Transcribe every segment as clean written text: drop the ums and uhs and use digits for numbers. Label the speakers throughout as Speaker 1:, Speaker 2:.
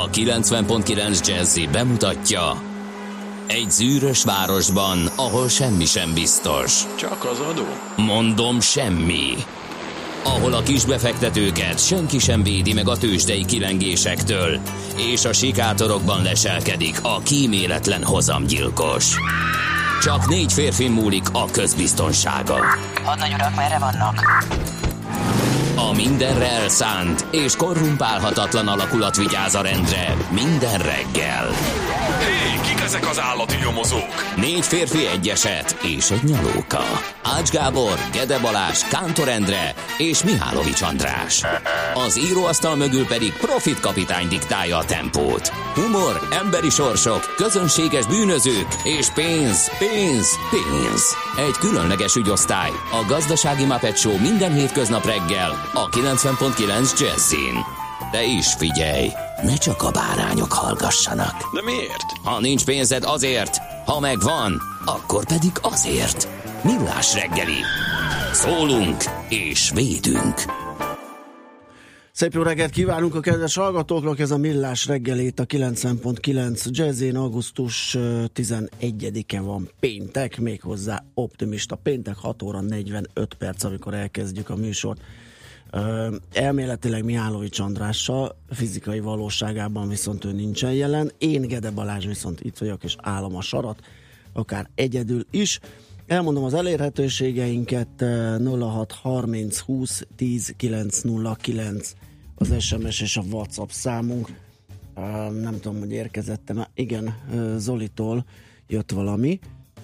Speaker 1: A 90.9 Jazzy bemutatja: egy zűrös városban, ahol semmi sem biztos.
Speaker 2: Csak az adó?
Speaker 1: Mondom, semmi. Ahol a kisbefektetőket senki sem védi meg a tőzsdei kilengésektől, és a sikátorokban leselkedik a kíméletlen hozamgyilkos. Csak 4 férfin múlik a közbiztonsága.
Speaker 3: Hadnagy urak, merre vannak?
Speaker 1: A mindenre elszánt és korrumpálhatatlan alakulat vigyáz a rendre minden reggel.
Speaker 2: Hé, kik ezek az állati nyomozók?
Speaker 1: 4 férfi, egy eset és egy nyalóka. Ács Gábor, Gede Balázs, Kántor Endre és Mihálovics András. Az íróasztal mögül pedig Profit kapitány diktálja a tempót. Humor, emberi sorsok, közönséges bűnözők és pénz, pénz, pénz. Egy különleges ügyosztály, a Gazdasági Muppet Show minden hétköznap reggel a 90.9 Jazzin. De is figyelj, ne csak a bárányok hallgassanak.
Speaker 2: De miért?
Speaker 1: Ha nincs pénzed, azért, ha megvan, akkor pedig azért. Millás reggeli. Szólunk és védünk.
Speaker 4: Szép jó reggelt kívánunk a kedves hallgatóknak, ez a Millás reggelét a 90.9 Jazzin. Augusztus 11-e van, péntek, méghozzá optimista péntek, 6 óra 45 perc, amikor elkezdjük a műsort. Elméletileg Mihálovics Andrással, fizikai valóságában viszont ő nincsen jelen. Én, Gede Balázs viszont itt vagyok, és állom a sarat, akár egyedül is. Elmondom az elérhetőségeinket: 0630 20 10 909 az SMS és a WhatsApp számunk. Nem tudom, hogy érkezett-e. Igen, Zolitól jött valami.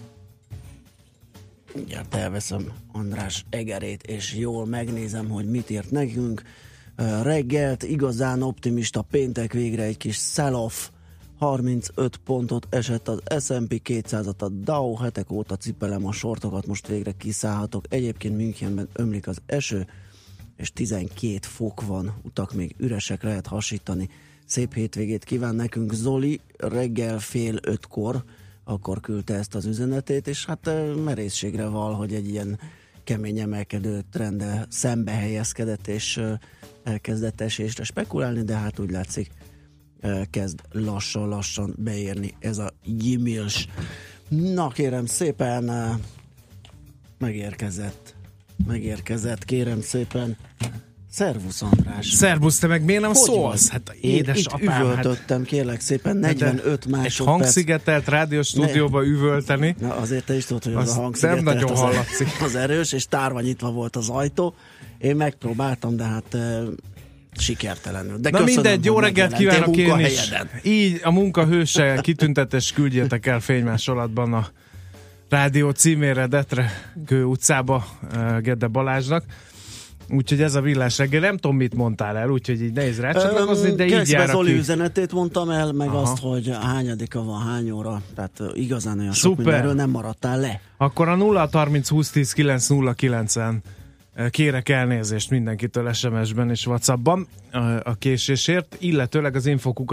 Speaker 4: Mindjárt elveszem András egerét, és jól megnézem, hogy mit írt nekünk. Reggelt, igazán optimista péntek, végre egy kis sell-off. 35 pontot esett az S&P 200-at, a Dow, hetek óta cipelem a sortokat, most végre kiszállhatok. Egyébként Münchenben ömlik az eső, és 12 fok van, utak még üresek, lehet hasítani. Szép hétvégét kíván nekünk Zoli, reggel 4:30 akkor küldte ezt az üzenetét, és hát merészségre val, hogy egy ilyen kemény emelkedő trenddel szembe helyezkedett, és elkezdett esésre spekulálni, de hát úgy látszik, kezd lassan beérni ez a gyimils. Na kérem szépen, megérkezett, kérem szépen. Szervusz András.
Speaker 5: Szervusz, te meg miért nem
Speaker 4: hogy
Speaker 5: szólsz?
Speaker 4: Vagy?
Speaker 5: Hát édesapám.
Speaker 4: Itt üvöltöttem, kérlek szépen, 45 másodperc.
Speaker 5: Egy hangszigetelt rádiós stúdióba üvölteni.
Speaker 4: Na azért te is tudod, hogy az a hangszigetelt
Speaker 5: nem nagyon hallatszik.
Speaker 4: Az erős, és tárva nyitva volt az ajtó. Én megpróbáltam, de hát sikertelenül. De
Speaker 5: na mindegy, jó reggelt kívánok én is. Így a munkahőse kitüntetés küldjétek el fénymásolatban a rádió címére, Detrekő utcába Gede Balázsnak. Úgyhogy ez a Villás reggel, nem tudom, mit mondtál el, úgyhogy így nehéz rácsatlakozni, de így jár
Speaker 4: Zoli üzenetét mondtam el, meg azt, hogy hányadika van, hány óra, tehát igazán olyan sok mindenről nem maradtál le.
Speaker 5: Akkor a 0-30 20 10 909-en kérek elnézést mindenkitől SMS-ben és WhatsAppban a késésért, illetőleg az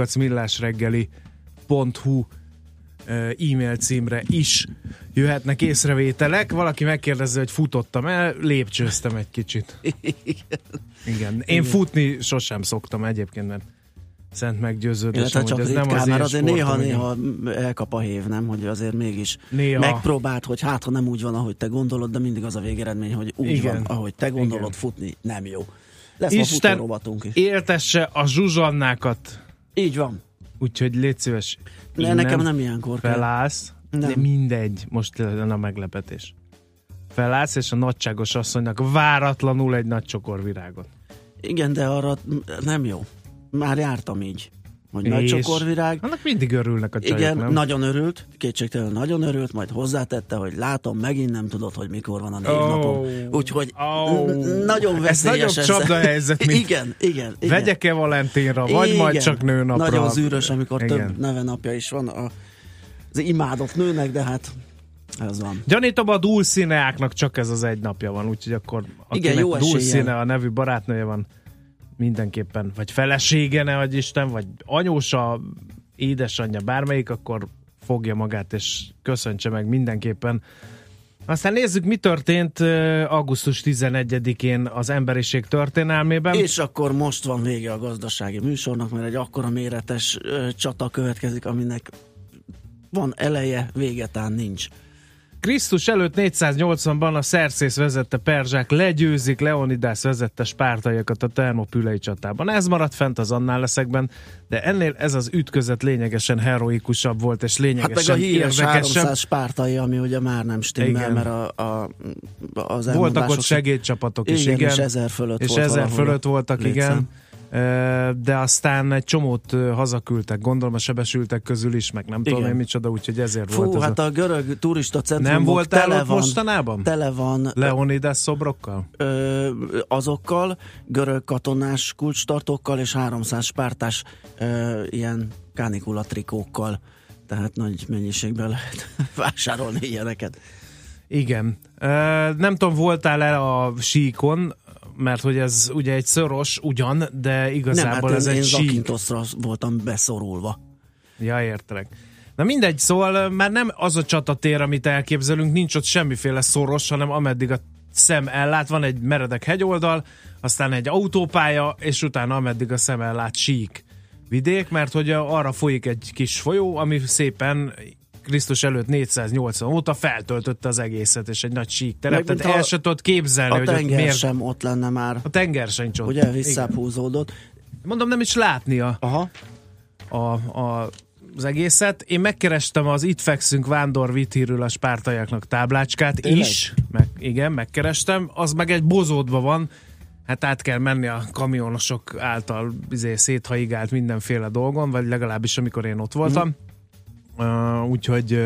Speaker 5: info@millásreggeli.hu e-mail címre is jöhetnek észrevételek. Valaki megkérdezi, hogy futottam el, lépcsőztem egy kicsit. Igen. Én futni sosem szoktam egyébként, mert szent meggyőződésem, hogy ez nem az én
Speaker 4: azért néha elkap a hév, nem? Hogy azért mégis megpróbáld, hogy hát ha nem úgy van, ahogy te gondolod, de mindig az a végeredmény, hogy úgy van, ahogy te gondolod, futni nem jó. Lesz
Speaker 5: Isten
Speaker 4: ma futórovatunk is.
Speaker 5: éltesse a zsuzsannákat.
Speaker 4: Így van.
Speaker 5: Úgyhogy légy szíves.
Speaker 4: Nekem nem ilyenkor
Speaker 5: felállsz, de mindegy, most jön a meglepetés. Felállsz, és a nagyságos asszonynak váratlanul egy nagy csokorvirágot.
Speaker 4: Igen, de arra nem jó. Már jártam így, hogy nagy csokorvirág.
Speaker 5: Annak mindig örülnek a csajok,
Speaker 4: igen,
Speaker 5: nem?
Speaker 4: nagyon örült, kétségtelen nagyon örült, majd hozzátette, hogy látom, megint nem tudod, hogy mikor van a névnapom. Úgyhogy nagyon veszélyes
Speaker 5: ez. Nagyobb csapdahelyzet, mint
Speaker 4: igen.
Speaker 5: Vegyek-e Valentinra, vagy igen, majd csak nőnapra.
Speaker 4: Nagyon zűrös, amikor több nevenapja is van az imádott nőnek, de hát ez van.
Speaker 5: Gyanítom, a Dulcineáknak csak ez az egy napja van, úgyhogy akkor akinek Dulcine a nevű barátnője van, mindenképpen, vagy felesége, ne adj Isten, vagy anyósa, édesanyja, bármelyik, akkor fogja magát, és köszöntse meg mindenképpen Aztán nézzük, mi történt augusztus 11-én az emberiség történelmében.
Speaker 4: És akkor most van vége a gazdasági műsornak, mert egy akkora méretes csata következik, aminek van eleje, végetán nincs.
Speaker 5: Krisztus előtt 480-ban a Xerxész vezette perzsák legyőzik Leonidász vezette spártaiakat a Termopülei csatában. Ez maradt fent az annáleszekben, de ennél ez az ütközet lényegesen heroikusabb volt, és lényegesen érdekesebb. Hát meg a híres 300
Speaker 4: spártai, ami ugye már nem stimmel, igen. Mert az
Speaker 5: voltak ott segédcsapatok is, igen.
Speaker 4: És 1000 fölött
Speaker 5: és
Speaker 4: volt
Speaker 5: 1000 fölött voltak,
Speaker 4: létszám.
Speaker 5: Igen. De aztán egy csomót hazaküldtek, gondolom a sebesültek közül is, meg nem tudom én micsoda, úgyhogy ezért volt ez.
Speaker 4: Hát a görög turista centrum
Speaker 5: nem voltál ott mostanában?
Speaker 4: Tele van
Speaker 5: Leonidas szobrokkal?
Speaker 4: Azokkal, görög katonás kulcstartókkal és 300 spártás ilyen kánikula trikókkal, tehát nagy mennyiségben lehet vásárolni ilyeneket.
Speaker 5: Igen. Nem tudom, voltál-e a síkon, mert hogy ez ugye egy szoros ugyan, de igazából
Speaker 4: nem,
Speaker 5: ez egy sík.
Speaker 4: Én Zakynthosra voltam beszorulva.
Speaker 5: Ja, értelek. Na mindegy, szóval már nem az a csatatér, amit elképzelünk, nincs ott semmiféle szoros, hanem ameddig a szem ellát, van egy meredek hegyoldal, aztán egy autópálya, és utána ameddig a szem ellát sík vidék, mert hogy arra folyik egy kis folyó, ami szépen Krisztus előtt 480 óta feltöltötte az egészet, és egy nagy sík terep, tehát el se tudod képzelni,
Speaker 4: hogy tenger miért... sem ott lenne már.
Speaker 5: A tenger sem ott.
Speaker 4: Ugye visszább húzódott.
Speaker 5: Mondom, nem is látnia az egészet. Én megkerestem az Itt fekszünk Vándor Vithírül a spártaiaknak táblácskát is. Igen, megkerestem. Az meg egy bozótban van. Hát át kell menni a kamionosok által széthaigált mindenféle dolgon, vagy legalábbis amikor én ott voltam. Úgyhogy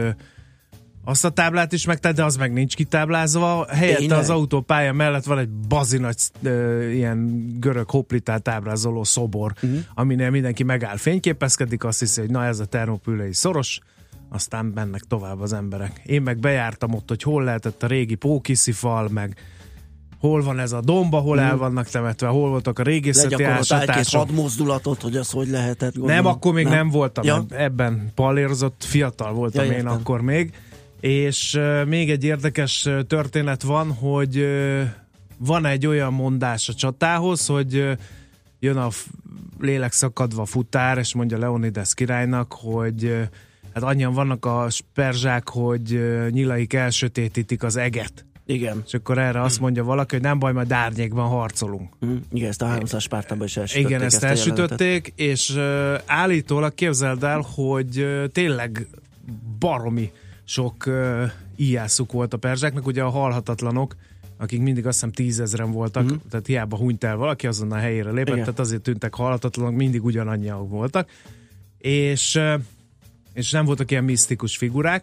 Speaker 5: azt a táblát is megtett, de az meg nincs kitáblázva. Helyette az autópálya mellett van egy bazinagy ilyen görög hoplitát ábrázoló szobor, aminél mindenki megáll, fényképezkedik, azt hiszi, hogy na ez a Termopülei szoros, aztán mennek tovább az emberek. Én meg bejártam ott, hogy hol lehetett a régi Pókiszi fal, meg hol van ez a domb, hol el vannak temetve, hol voltak a régészeti ásatások.
Speaker 4: Egy hadmozdulatot, hogy az hogy lehetett gondolni.
Speaker 5: Nem, akkor még nem voltam ebben pallérzott, fiatal voltam én akkor még. És még egy érdekes történet van, hogy van egy olyan mondás a csatához, hogy jön a lélekszakadva futár, és mondja Leonidas királynak, hogy hát annyian vannak a perzsák, hogy nyilaik elsötétítik az eget.
Speaker 4: Igen.
Speaker 5: És akkor erre azt mondja valaki, hogy nem baj, majd árnyékban harcolunk.
Speaker 4: Igen, ezt a 300 Spártában is elsütötték.
Speaker 5: Igen, ezt elsütötték, és állítólag képzeld el, hogy tényleg baromi sok íjászuk volt a perzsáknak, ugye a halhatatlanok, akik mindig azt hiszem 10 000-en voltak, tehát hiába hunyt el valaki, azonnal a helyére lépett, tehát azért tűntek halhatatlanok, mindig ugyanannyiak voltak, és nem voltak ilyen misztikus figurák,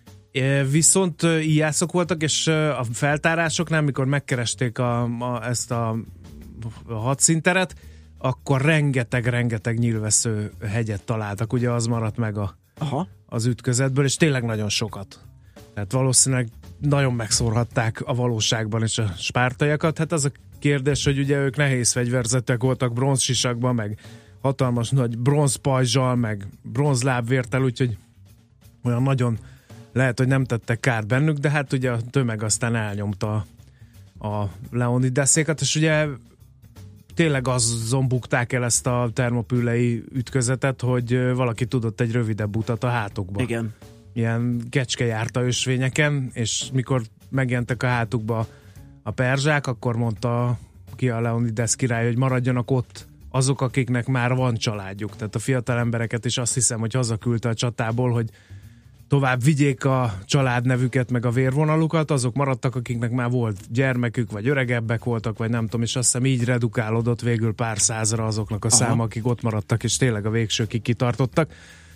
Speaker 5: viszont íjászok voltak, és a feltárásoknál, mikor megkeresték ezt a hadszínteret, akkor rengeteg nyílvesző hegyet találtak, ugye az maradt meg az ütközetből, és tényleg nagyon sokat. Tehát valószínűleg nagyon megszórhatták a valóságban is a spártaiakat. Hát az a kérdés, hogy ugye ők nehéz fegyverzetek voltak bronzsisakban, meg hatalmas nagy bronzpajzsal, meg bronzlábvértel, úgyhogy olyan nagyon lehet, hogy nem tettek kárt bennük, de hát ugye a tömeg aztán elnyomta a Leonidasékat, és ugye tényleg azon bukták el ezt a termopülei ütközetet, hogy valaki tudott egy rövidebb utat a hátukba.
Speaker 4: Igen.
Speaker 5: Ilyen kecskejárta ösvényeken, és mikor megjelentek a hátukba a perzsák, akkor mondta ki a Leonidas király, hogy maradjanak ott azok, akiknek már van családjuk. Tehát a fiatal embereket is azt hiszem, hogy hazaküldte a csatából, hogy tovább vigyék a családnevüket, meg a vérvonalukat, azok maradtak, akiknek már volt gyermekük, vagy öregebbek voltak, vagy nem tudom, és azt hiszem így redukálódott végül pár százra azoknak a száma, akik ott maradtak, és tényleg a végsőkig kitartottak.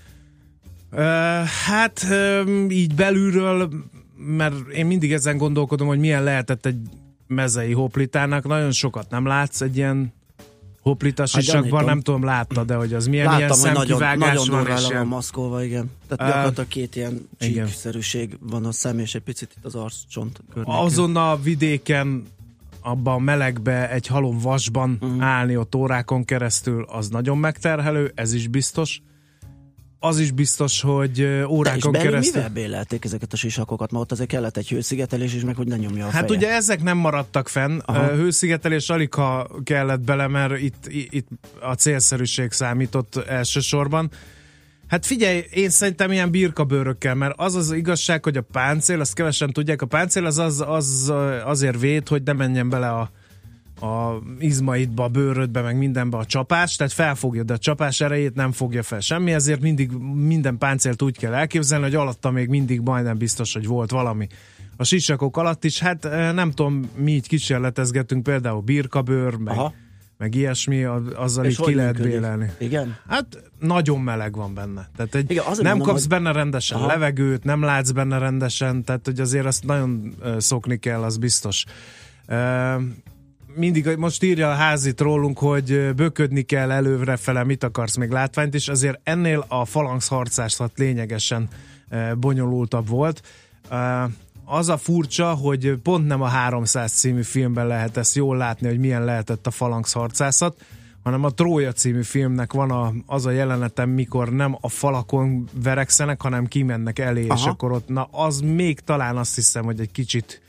Speaker 5: Hát így belülről, mert én mindig ezen gondolkodom, hogy milyen lehetett egy mezei hoplitának, nagyon sokat nem látsz egy ilyen hoplitasisakban, nem tudom, látta, de hogy az milyen szemkivágás
Speaker 4: nagyon
Speaker 5: van.
Speaker 4: Nagyon van maszkolva, igen. Tehát gyakorlatilag két ilyen csíkszerűség van a szem, és egy picit itt az arccsont környéken.
Speaker 5: Azon a vidéken, abban a melegbe, egy halom vasban állni ott órákon keresztül, az nagyon megterhelő, ez is biztos. az is biztos, hogy órákon keresztül...
Speaker 4: mivel bélelték ezeket a sisakokat? Mert ott azért kellett egy hőszigetelés is, meg hogy ne nyomja a feje.
Speaker 5: Hát ugye ezek nem maradtak fenn. Hőszigetelés alig ha kellett bele, mert itt a célszerűség számított elsősorban. Hát figyelj, én szerintem ilyen birkabőrökkel, mert az igazság, hogy a páncél, azt kevesen tudják, a páncél az azért véd, hogy ne menjen bele a izmaidba, a bőrödbe, meg mindenbe a csapás, tehát felfogja, de a csapás erejét nem fogja fel semmi, ezért mindig minden páncélt úgy kell elképzelni, hogy alatta még mindig majdnem biztos, hogy volt valami. A sisakok alatt is, hát nem tudom, mi így kísérletezgetünk, például birkabőr, meg ilyesmi, azzal így ki lehet bélelni.
Speaker 4: Igen?
Speaker 5: Hát nagyon meleg van benne. Tehát
Speaker 4: igen,
Speaker 5: nem mondom, kapsz benne rendesen levegőt, nem látsz benne rendesen, tehát hogy azért azt nagyon szokni kell, az biztos. Mindig most írja a házit rólunk, hogy böködni kell előrefele, mit akarsz még látványt, és azért ennél a falangharcászat lényegesen bonyolultabb volt. Az a furcsa, hogy pont nem a 300 című filmben lehet ezt jól látni, hogy milyen lehetett a falangharcászat, hanem a Trója című filmnek van az a jelenetem, mikor nem a falakon verekszenek, hanem kimennek elé, és akkor ott, na az még talán azt hiszem, hogy egy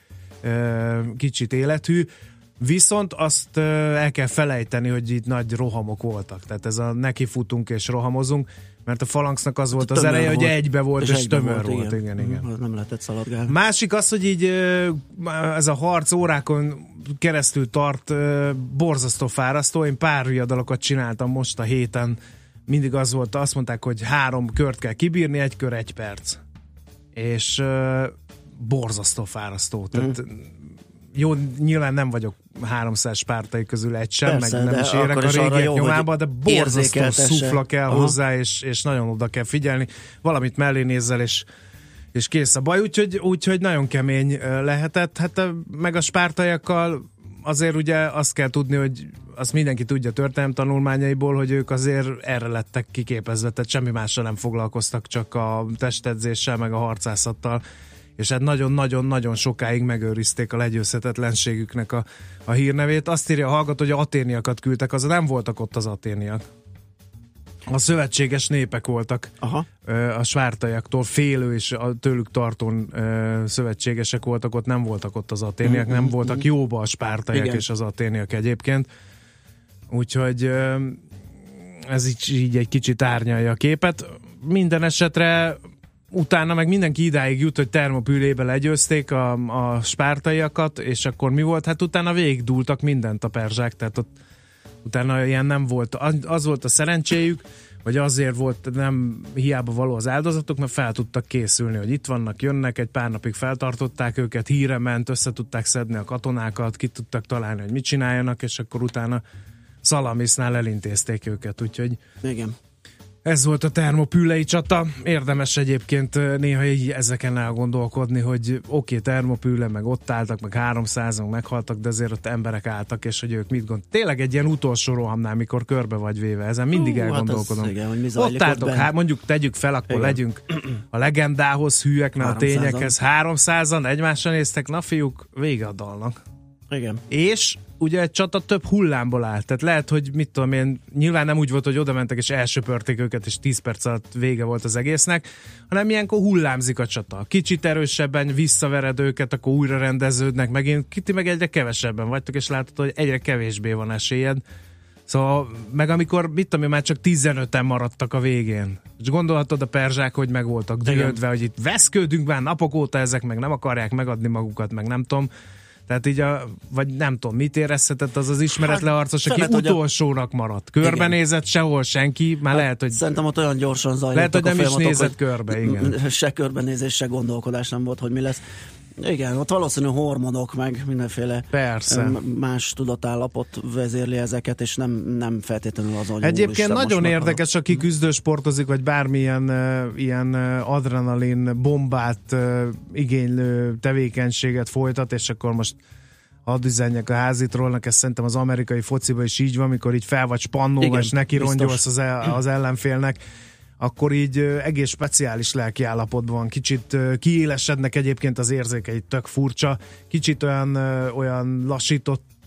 Speaker 5: kicsit élethű, viszont azt el kell felejteni, hogy itt nagy rohamok voltak. Tehát ez a nekifutunk és rohamozunk, mert a falangsznak az volt az ereje, hogy egybe volt és tömör volt. Igen.
Speaker 4: Nem lehetett szaladgálni.
Speaker 5: Másik az, hogy így ez a harc órákon keresztül tart, borzasztó fárasztó. Én pár viadalokat csináltam most a héten. Mindig az volt, azt mondták, hogy 3 kört kell kibírni, 1 kör 1 perc. És borzasztó fárasztó. Tehát jó, nyilván nem vagyok 300 spártai közül egy sem, persze, meg nem is érek a régiek nyomába, de borzasztó szufla kell hozzá, és nagyon oda kell figyelni. Valamit mellé nézzel, és kész a baj. Úgyhogy nagyon kemény lehetett. Hát meg a spártaiakkal azért ugye azt kell tudni, hogy azt mindenki tudja történelem tanulmányaiból, hogy ők azért erre lettek kiképezve, tehát semmi mással nem foglalkoztak, csak a testedzéssel, meg a harcászattal, és hát nagyon-nagyon-nagyon sokáig megőrizték a legyőzhetetlenségüknek a hírnevét. Azt írja a hallgató, hogy aténiakat küldtek, az nem voltak ott az aténiak. A szövetséges népek voltak. A spártaiaktól félő és a tőlük tartón szövetségesek voltak, ott nem voltak ott az aténiak, nem voltak jóba a spártaiak és az aténiak egyébként. Úgyhogy ez így egy kicsit árnyalja a képet. Minden esetre utána meg mindenki idáig jut, hogy Termopülébe legyőzték a spártaiakat, és akkor mi volt? Hát utána végigdúltak mindent a perzsák, tehát ott utána ilyen nem volt. Az volt a szerencséjük, vagy azért volt nem hiába való az áldozatok, mert fel tudtak készülni, hogy itt vannak, jönnek, egy pár napig feltartották őket, híre ment, össze tudták szedni a katonákat, ki tudtak találni, hogy mit csináljanak, és akkor utána Szalamisznál elintézték őket, úgyhogy
Speaker 4: igen.
Speaker 5: Ez volt a Termopülei csata. Érdemes egyébként néha így ezeken elgondolkodni, hogy oké, Termopüle, meg ott álltak, meg 300-on meghaltak, de azért ott emberek álltak, és hogy ők mit tényleg egy ilyen utolsó rohamnál, mikor körbe vagy véve, ezen mindig elgondolkodom.
Speaker 4: Hát igen,
Speaker 5: ott álltok, mondjuk tegyük fel, akkor igen. Legyünk a legendához hűek, a tényekhez. 300-an egymásra néztek, na fiúk, vége a dalnak.
Speaker 4: Igen.
Speaker 5: És ugye egy csata több hullámból állt. Tehát lehet, hogy mit tudom én, nyilván nem úgy volt, hogy oda mentek és elsöpörték őket, és 10 perc alatt vége volt az egésznek, hanem ilyenkor hullámzik a csata. Kicsit erősebben visszavered őket, akkor újra rendeződnek, megint kiti meg egyre kevesebben vagytok, és látod, hogy egyre kevésbé van esélyed. Szóval, meg amikor, mit tudom én, már csak 15-en maradtak a végén. És gondolhatod a perzsák, hogy meg voltak dühödve, hogy itt veszkődünk már napok óta, ezek meg nem akarják megadni magukat, meg nem tudom. Tehát így vagy nem tudom, mit érezhetett az ismeretlen harcos, aki utolsónak maradt. Körbenézett sehol senki, már lehet, hogy...
Speaker 4: Szerintem ott olyan gyorsan zajlottak
Speaker 5: lehet, hogy nem
Speaker 4: a folyamatok,
Speaker 5: is nézett körbe, igen.
Speaker 4: Se körbenézés, se gondolkodás nem volt, hogy mi lesz. Igen, ott valószínű hormonok, meg mindenféle más tudatállapot vezérli ezeket, és nem feltétlenül az anyó.
Speaker 5: Egyébként nagyon érdekes, aki küzdősportozik, vagy bármilyen ilyen adrenalin bombát igénylő tevékenységet folytat, és akkor most hadd üzenjek a házitról, ez szerintem az amerikai fociban is így van, amikor így fel vagy spannolva, és neki rongyolsz az ellenfélnek, akkor így egész speciális lelki állapotban van. Kicsit kiélesednek egyébként az érzékeid, tök furcsa. Kicsit olyan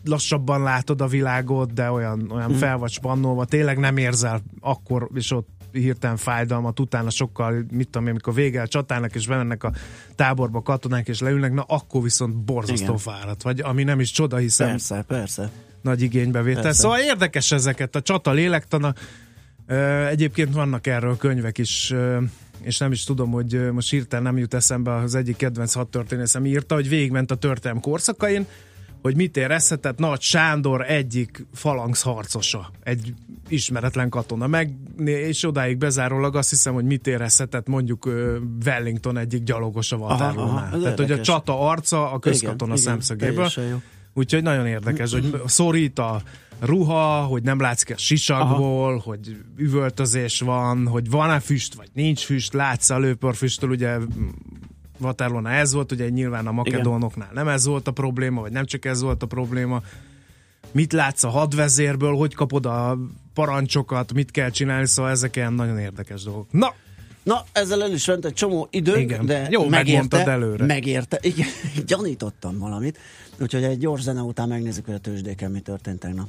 Speaker 5: lassabban látod a világot, de olyan fel vagy spannolva. Tényleg nem érzel akkor, és ott hirtelen fájdalmat, utána sokkal, mit tudom én, amikor vége a csatának, és bemennek a táborba katonák, és leülnek, na akkor viszont borzasztó fáradt, vagy ami nem is csoda, hiszen
Speaker 4: persze.
Speaker 5: nagy igénybevétel. Szóval érdekes ezeket, a csata lélektana. Egyébként vannak erről könyvek is, és nem is tudom, hogy most hirtelen nem jut eszembe, az egyik kedvenc hadtörténészem írta, hogy végigment a történelem korszakain, hogy mit érezhetett Nagy Sándor egyik falanx harcosa, egy ismeretlen katona, és odáig bezárólag azt hiszem, hogy mit érezhetett mondjuk Wellington egyik gyalogos a Waterloo-nál. Tehát, érdekes. Hogy a csata arca a közkatona szemszögéből. Úgyhogy nagyon érdekes, hogy szorít a ruha, hogy nem látsz ki a sisakból, hogy üvöltözés van, hogy van-e füst, vagy nincs füst, látsz a lőporfüsttől, ugye Waterloo-nál ez volt, ugye nyilván a makedónoknál nem ez volt a probléma, vagy nem csak ez volt a probléma. Mit látsz a hadvezérből, hogy kapod a parancsokat, mit kell csinálni, szóval ezek ilyen nagyon érdekes dolgok.
Speaker 4: Na, ezzel el is ment egy csomó időnk,
Speaker 5: igen.
Speaker 4: De
Speaker 5: jó, megmondtad előre.
Speaker 4: Megérte. Igen, gyanítottam valamit. Úgyhogy egy gyors zene után megnézzük, hogy a tőzsdéken mi történt tegnap.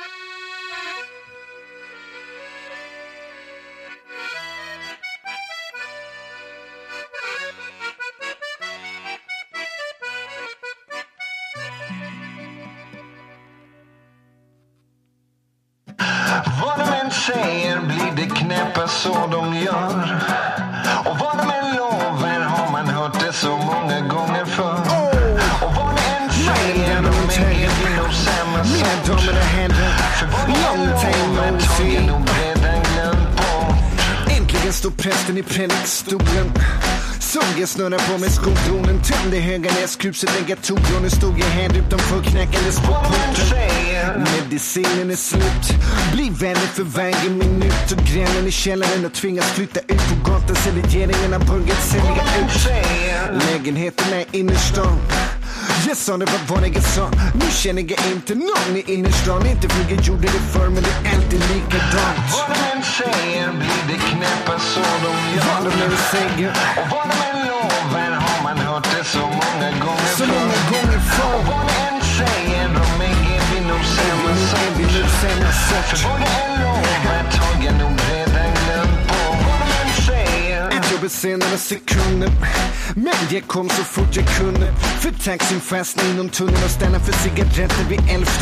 Speaker 6: Vad de än säger blir det knäppast så de gör. Och vad de än lovar har man hört det så många gånger förr. Och vad de än säger de äger vi nog samma sort. För vad de än lovar tagen nog redan glömt bort. Äntligen står prästen i predikstolen. Såg jag snurra på med skodronen. Tömde Höganäskruset, lägga tog. Nu stod jag här utanför knäckades på porten. Medicinen är slut. Bli vänner för varje minut. Och gränen i källaren och tvingas flytta ut på gatan. Så regeringen har börjat sälja ut lägenheterna i innerstan. Jag sa det var vad jag sa. Nu känner jag inte någon i innerstan. Inte för jag gjorde det för, men det är alltid likadant. Vad de än säger blir det knappast så de gör. Vad de än säger och vad de än lovar har man hört det så många gånger så många gånger förr. Och vad de än säger de äger vi nog samma sak. För vad de än lovar tar jag nog redan glömt på. Vad de än säger att jag beser några sekunder. Men jag kom så fort jag kunde. För taxin fastnade i någon tunnel och stannade för cigaretter vid 11:07.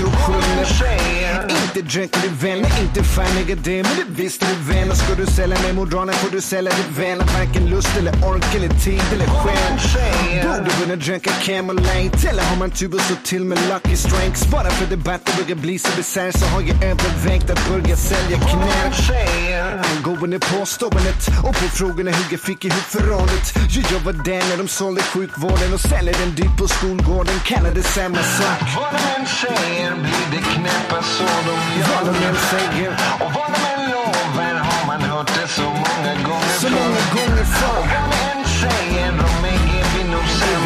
Speaker 6: Inte dricker du väl, nej inte fan jag det. Men det visste du väl. Och ska du sälja med moralen får du sälja det väl. Varken lust eller ork eller tid eller själ. Borde kunna dricka Camel Light. Eller har man tuber så till med Lucky Strikes. Bara för debatten börjar bli så besär. Så har jag övervägt att börja sälja knä. Angående påståendet och på frågorna hur jag fick ihop förrådet. Jag var där när de sålde sjukvården och säljer den dyrt på skolgården. Kallar det samma sak. Vad de än säger blir det knappast så de gör. Vad de än säger och vad de än lovar har man hört det så många gånger så många gånger förr. Och vad de än säger de äger vi nog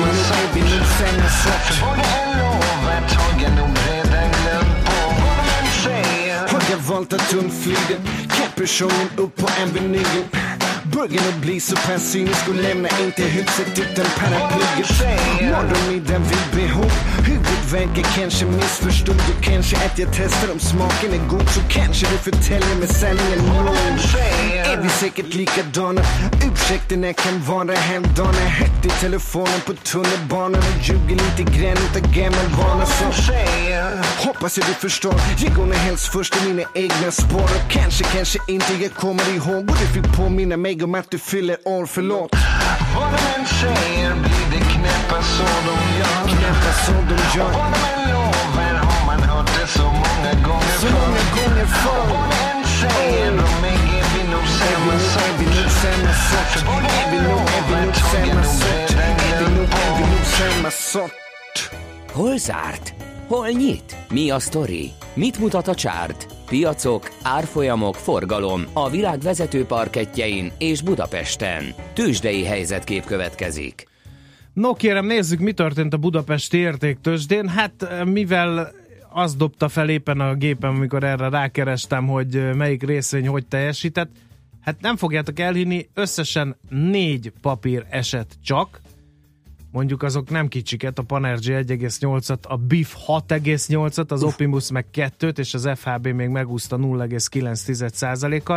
Speaker 6: samma sak. För vad de än lovar tar jag nog redan glömt på. Vad de än säger har jag valt att undflyga. Capuchonen upp på Avenyn. Början att bli så pass cynisk och lämna inte huset utan paraplyet. Morgonmiddagen vid behov. Huvudvärken kanske missförstod. Och kanske att jag testar om smaken är god. Så kanske du förtäljer mig sanningen nog. Är vi säkert likadana? Ursäkterna kan vara halvdana. Högt i telefonen på tunnelbanan. Och ljuger lite grann utav gammal vana. Så hoppas jag du förstår. Jag går helst först i mina egna spår. Och kanske inte jag kommer ihåg. Och du fick påminna mig om att du fyller år, förlåt. Vad de än säger blir det knappast så de gör. Knappast så de gör. Och vad de än lovar har man hört det så många gånger så många gånger förr. Och vad de än säger de äger vi nog samma sak. För vad de än lovar tar jag nog redan samma sort.
Speaker 1: Hol zárt? Hol nyit? Mi a sztori? Mit mutat a csárt? Piacok, árfolyamok, forgalom a világ vezető parkettjein és Budapesten. Tőzsdei helyzetkép következik.
Speaker 5: No kérem, nézzük, mi történt a budapesti értéktőzsdén. Hát mivel azt dobta fel éppen a gépem, amikor erre rákerestem, hogy melyik részvény hogy teljesített, hát nem fogjátok elhinni, összesen 4 papír esett csak. Mondjuk azok nem kicsiket, a Panergy 1,8-at, a BIF 6,8-at, az Optimus meg 2-t, és az FHB még megúszta 0,9%-kal.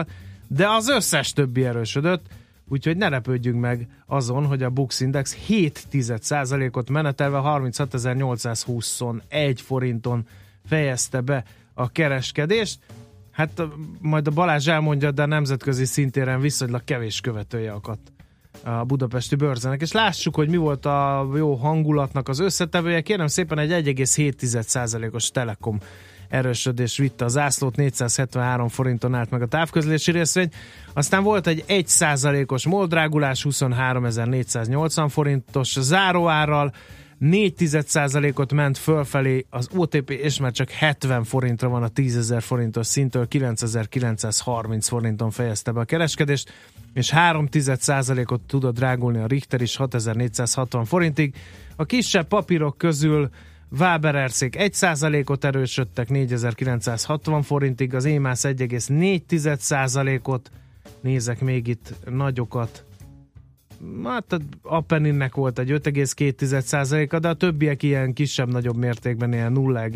Speaker 5: de az összes többi erősödött, úgyhogy ne lepődjünk meg azon, hogy a Bux Index 0,7%-ot menetelve 36.821 forinton fejezte be a kereskedést. Hát majd a Balázs elmondja, de a nemzetközi szintéren viszonylag kevés követője akadt a budapesti bőrzenek. És lássuk, hogy mi volt a jó hangulatnak az összetevője. Kérem szépen, egy 1,7%-os Telekom erősödés vitte a zászlót, 473 forinton állt meg a távközlési részvény. Aztán volt egy 1%-os MOL drágulás, 23.480 forintos záróárral, 0,4%-ot ment fölfelé az OTP, és már csak 70 forintra van a 10.000 forintos szinttől, 9.930 forinton fejezte be a kereskedést, és 0,3%-ot tudott drágulni a Richter is 6.460 forintig. A kisebb papírok közül Váber Erszék 1%-ot erősödtek 4.960 forintig, az EMAS 1,4%-ot, nézek még itt nagyokat, hát a Appeninnek volt egy 5,2%-a, de a többiek ilyen kisebb-nagyobb mértékben ilyen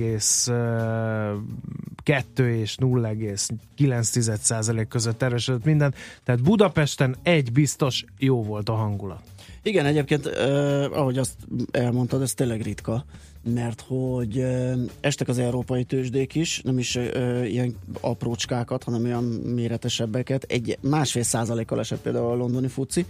Speaker 5: 0,2 és 0,9% között erősödött minden, tehát Budapesten egy biztos, jó volt a hangulat.
Speaker 4: Igen, egyébként, ahogy azt elmondtad, ez tényleg ritka, mert hogy estek az európai tőzsdék is, nem is ilyen aprócskákat, hanem olyan méretesebbeket. 1,5%-kal esett például a londoni FTSE,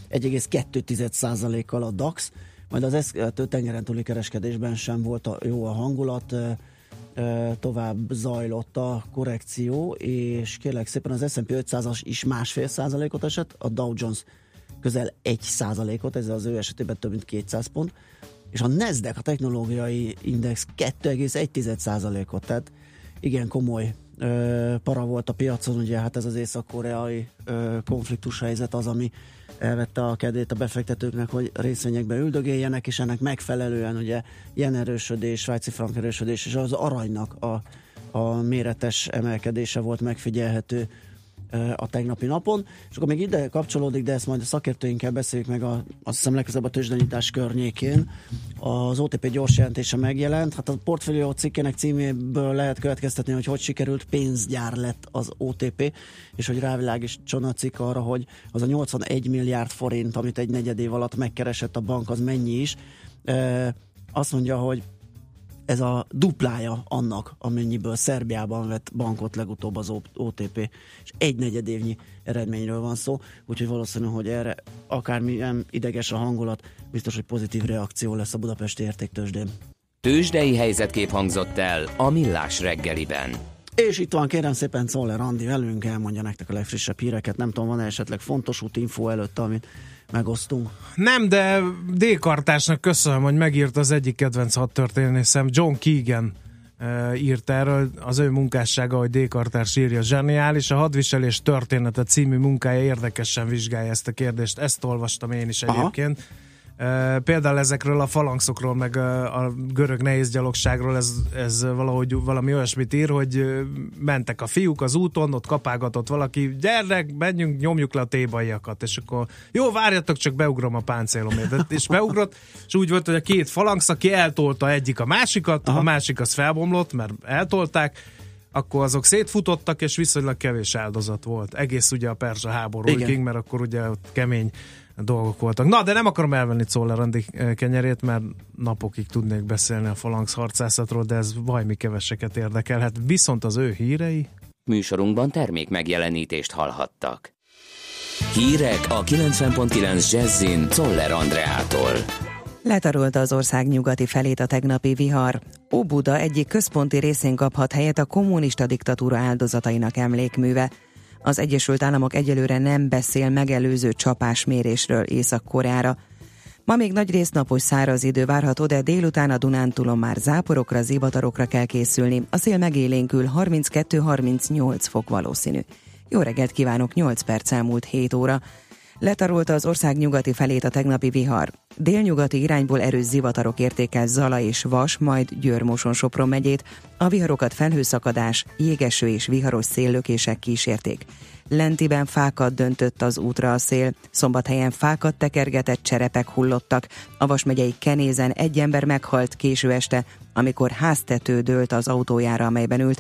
Speaker 4: 1,2%-kal a DAX, majd az tengeren túli kereskedésben sem volt jó a hangulat, tovább zajlott a korrekció, és kérlek szépen az S&P 500-as is 1,5%-ot esett, a Dow Jones közel 1%-ot, ez az ő esetében több mint 200 pont, és a Nasdaq, a technológiai index 2,1%-ot, tehát igen komoly para volt a piacon, ugye hát ez az észak-koreai konfliktus helyzet az, ami elvette a kedvét a befektetőknek, hogy részvényekbe üldögéljenek, és ennek megfelelően ugye yen erősödés, svájci frank erősödés, és az aranynak a méretes emelkedése volt megfigyelhető a tegnapi napon, és akkor még ide kapcsolódik, de ezt majd a szakértőinkkel beszéljük meg azt hiszem legközelebb a tőzsdenyítás környékén. Az OTP gyors jelentése megjelent, hát a portfólió cikkének címéből lehet következtetni, hogy sikerült, pénzgyár lett az OTP, és hogy rávilágítson a cikk arra, hogy az a 81 milliárd forint, amit egy negyed év alatt megkeresett a bank, az mennyi is. Azt mondja, hogy ez a duplája annak, amennyiből Szerbiában vett bankot legutóbb az OTP, és egy negyed évnyi eredményről van szó, úgyhogy valószínű, hogy erre akármilyen ideges a hangulat, biztos, hogy pozitív reakció lesz a budapesti értéktőzsdén.
Speaker 1: Tőzsdei helyzetkép hangzott el a Millás reggeliben.
Speaker 4: És itt van, kérem szépen, Czoller Andi velünk, elmondja nektek a legfrissebb híreket. Nem tudom, van esetleg fontos útinfó előtt, amit megosztunk?
Speaker 5: Nem, de D-kartásnak köszönöm, hogy megírt az egyik kedvenc hadtörténészem, John Keegan írt erről, az ő munkássága, hogy D-kartárs írja, zseniális. A Hadviselés története című munkája érdekesen vizsgálja ezt a kérdést, ezt olvastam én is egyébként. Aha. Például ezekről a falanxokról, meg a görög nehézgyalogságról ez valahogy valami olyasmit ír, hogy mentek a fiúk az úton, ott kapálgatott valaki, gyerek, menjünk, nyomjuk le a tébaiakat, és akkor jó, várjatok, csak beugrom a páncélomért. És beugrott, és úgy volt, hogy a két falanx, aki eltolta egyik a másikat, aha, a másik az felbomlott, mert eltolták, akkor azok szétfutottak, és viszonylag kevés áldozat volt. Egész ugye a perzsa háborúig, mert akkor ugye ott kemény dolgok voltak. Na, de nem akarom elvenni Czoller Andi kenyerét, mert napokig tudnék beszélni a falanx harcászatról, de ez vajmi keveseket érdekel. Hát viszont az ő hírei...
Speaker 1: Műsorunkban termék megjelenítést hallhattak. Hírek a 90.9 Jazzin Czoller Andreától.
Speaker 7: Letarolta az ország nyugati felét a tegnapi vihar. Óbuda egyik központi részén kaphat helyet a kommunista diktatúra áldozatainak emlékműve. Az Egyesült Államok egyelőre nem beszél megelőző csapásmérésről Észak-Koreára. Ma még nagyrészt napos száraz idő várható, de délután a Dunántúlon már záporokra, zivatarokra kell készülni. A szél megélénkül, 32-38 fok valószínű. Jó reggelt kívánok, 8 perc elmúlt 7 óra. Letarolta az ország nyugati felét a tegnapi vihar. Délnyugati irányból erős zivatarok érték el Zala és Vas, majd Győr-Moson-Sopron megyét. A viharokat felhőszakadás, jégeső és viharos széllökések kísérték. Lentiben fákat döntött az útra a szél, Szombathelyen fákat tekergetett, cserepek hullottak. A Vas megyei Kenézen egy ember meghalt késő este, amikor háztető dőlt az autójára, amelyben ült.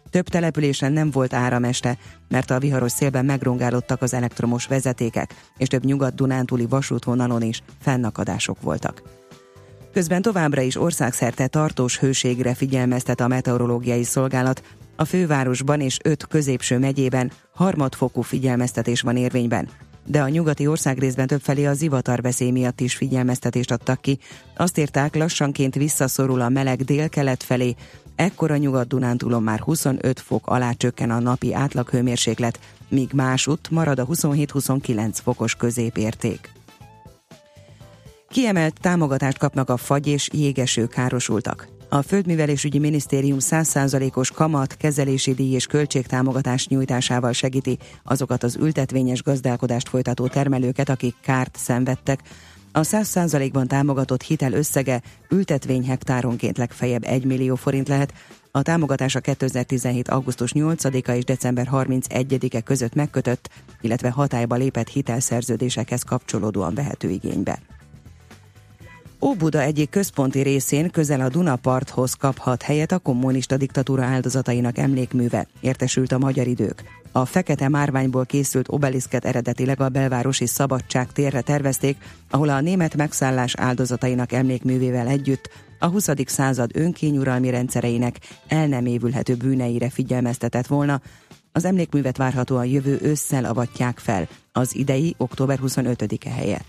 Speaker 7: Több településen nem volt áram este, mert a viharos szélben megrongálódtak az elektromos vezetékek, és több nyugat-dunántúli vasútvonalon is fennakadások voltak. Közben továbbra is országszerte tartós hőségre figyelmeztet a meteorológiai szolgálat. A fővárosban és 5 középső megyében harmadfokú figyelmeztetés van érvényben, de a nyugati országrészben többfelé a zivatarveszély miatt is figyelmeztetést adtak ki. Azt írták, lassanként visszaszorul a meleg délkelet felé, ekkor a Nyugat-Dunántúlon már 25 fok alá csökken a napi átlaghőmérséklet, míg másutt marad a 27-29 fokos középérték. Kiemelt támogatást kapnak a fagy- és jégeső károsultak. A Földművelésügyi Minisztérium 100%-os kamat, kezelési díj és költségtámogatás nyújtásával segíti azokat az ültetvényes gazdálkodást folytató termelőket, akik kárt szenvedtek. A 100%-ban támogatott hitel összege ültetvény hektáronként legfeljebb 1 millió forint lehet. A támogatás a 2017. augusztus 8-a és december 31-e között megkötött, illetve hatályba lépett hitelszerződésekhez kapcsolódóan vehető igénybe. Óbuda egyik központi részén közel a Dunaparthoz kaphat helyet a kommunista diktatúra áldozatainak emlékműve, értesült a Magyar Idők. A fekete márványból készült obeliszket eredetileg a belvárosi Szabadság térre tervezték, ahol a német megszállás áldozatainak emlékművével együtt a 20. század önkényuralmi rendszereinek el nem évülhető bűneire figyelmeztetett volna. Az emlékművet várhatóan jövő ősszel avatják fel, az idei október 25-e helyett.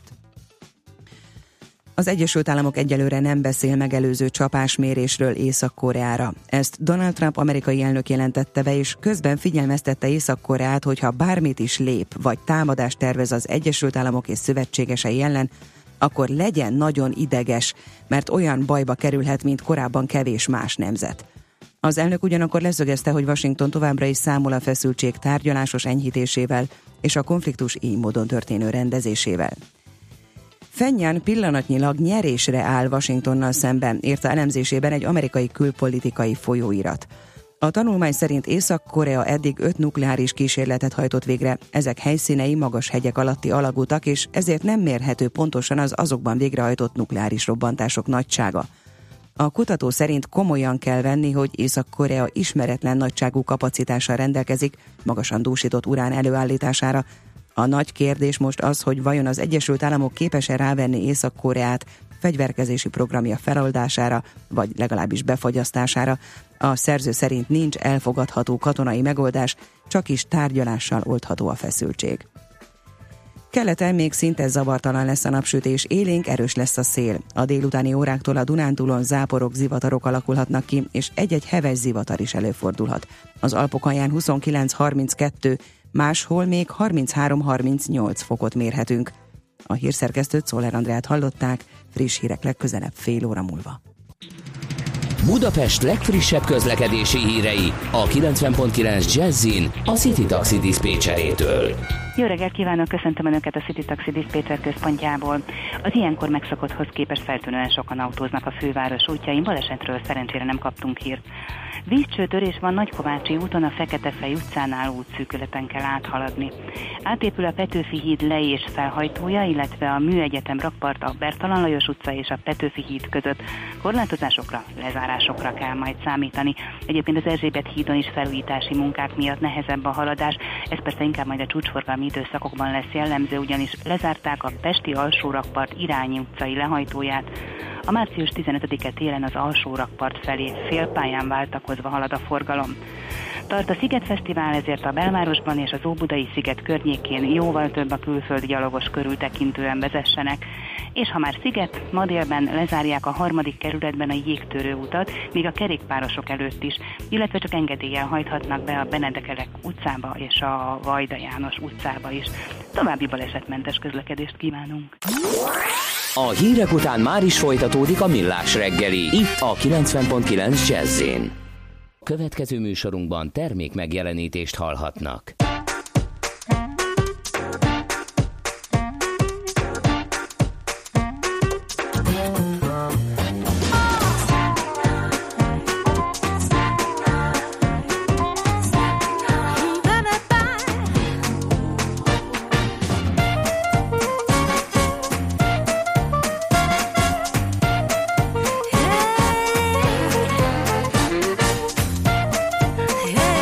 Speaker 7: Az Egyesült Államok egyelőre nem beszél megelőző csapásmérésről Észak-Koreára. Ezt Donald Trump amerikai elnök jelentette be, és közben figyelmeztette Észak-Koreát, hogy ha bármit is lép, vagy támadást tervez az Egyesült Államok és szövetségesei ellen, akkor legyen nagyon ideges, mert olyan bajba kerülhet, mint korábban kevés más nemzet. Az elnök ugyanakkor leszögezte, hogy Washington továbbra is számol a feszültség tárgyalásos enyhítésével és a konfliktus így módon történő rendezésével. Phengyang pillanatnyilag nyerésre áll Washingtonnal szemben, írta elemzésében egy amerikai külpolitikai folyóirat. A tanulmány szerint Észak-Korea eddig 5 nukleáris kísérletet hajtott végre, ezek helyszínei magas hegyek alatti alagútak, és ezért nem mérhető pontosan az azokban végrehajtott nukleáris robbantások nagysága. A kutató szerint komolyan kell venni, hogy Észak-Korea ismeretlen nagyságú kapacitással rendelkezik magasan dúsított urán előállítására. A nagy kérdés most az, hogy vajon az Egyesült Államok képes-e rávenni Észak-Koreát fegyverkezési programja feloldására, vagy legalábbis befagyasztására. A szerző szerint nincs elfogadható katonai megoldás, csak is tárgyalással oldható a feszültség. Keleten még szinte zavartalan lesz a napsütés, élénk erős lesz a szél. A délutáni óráktól a Dunántúlon záporok, zivatarok alakulhatnak ki, és egy-egy heves zivatar is előfordulhat. Az Alpokalján 29-32, máshol még 33-38 fokot mérhetünk. A hírszerkesztőt, Szoller Andrát hallották, friss hírek legközelebb fél óra múlva.
Speaker 1: Budapest legfrissebb közlekedési hírei a 90.9 Jazzin a City Taxi diszpécserétől.
Speaker 3: Jó reggelt kívánok, köszöntöm Önöket a City Taxi diszpécser központjából. Az ilyenkor megszokotthoz képest feltűnően sokan autóznak a főváros útjain, balesetről szerencsére nem kaptunk hírt. Vízcsőtörés van Nagykovácsi úton, a Feketefej utcánál útszűkületen kell áthaladni. Átépül a Petőfi híd le- és felhajtója, illetve a Műegyetem rakpart a Bertalan Lajos utca és a Petőfi híd között. Korlátozásokra, lezárásokra kell majd számítani. Egyébként az Erzsébet hídon is felújítási munkák miatt nehezebb a haladás, ez persze inkább majd a csúcsforgalmi időszakokban lesz jellemző, ugyanis lezárták a Pesti alsórakpart Irányi utcai lehajtóját. A március 15-e télen az alsórakpart felé félpályán váltakozva halad a forgalom. Tart a Szigetfesztivál, ezért a belvárosban és az Óbudai sziget környékén jóval több a külföldi gyalogos körültekintően vezessenek. És ha már sziget, ma délben lezárják a 3. kerületben a Jégtörő utat, míg a kerékpárosok előtt is, illetve csak engedéllyel hajthatnak be a Benedekelek utcába és a Vajda János utcába is. További balesetmentes közlekedést kívánunk!
Speaker 1: A hírek után már is folytatódik a Millás reggeli, itt a 90.9 Jazz-én. Következő műsorunkban termék megjelenítést hallhatnak.
Speaker 8: Hey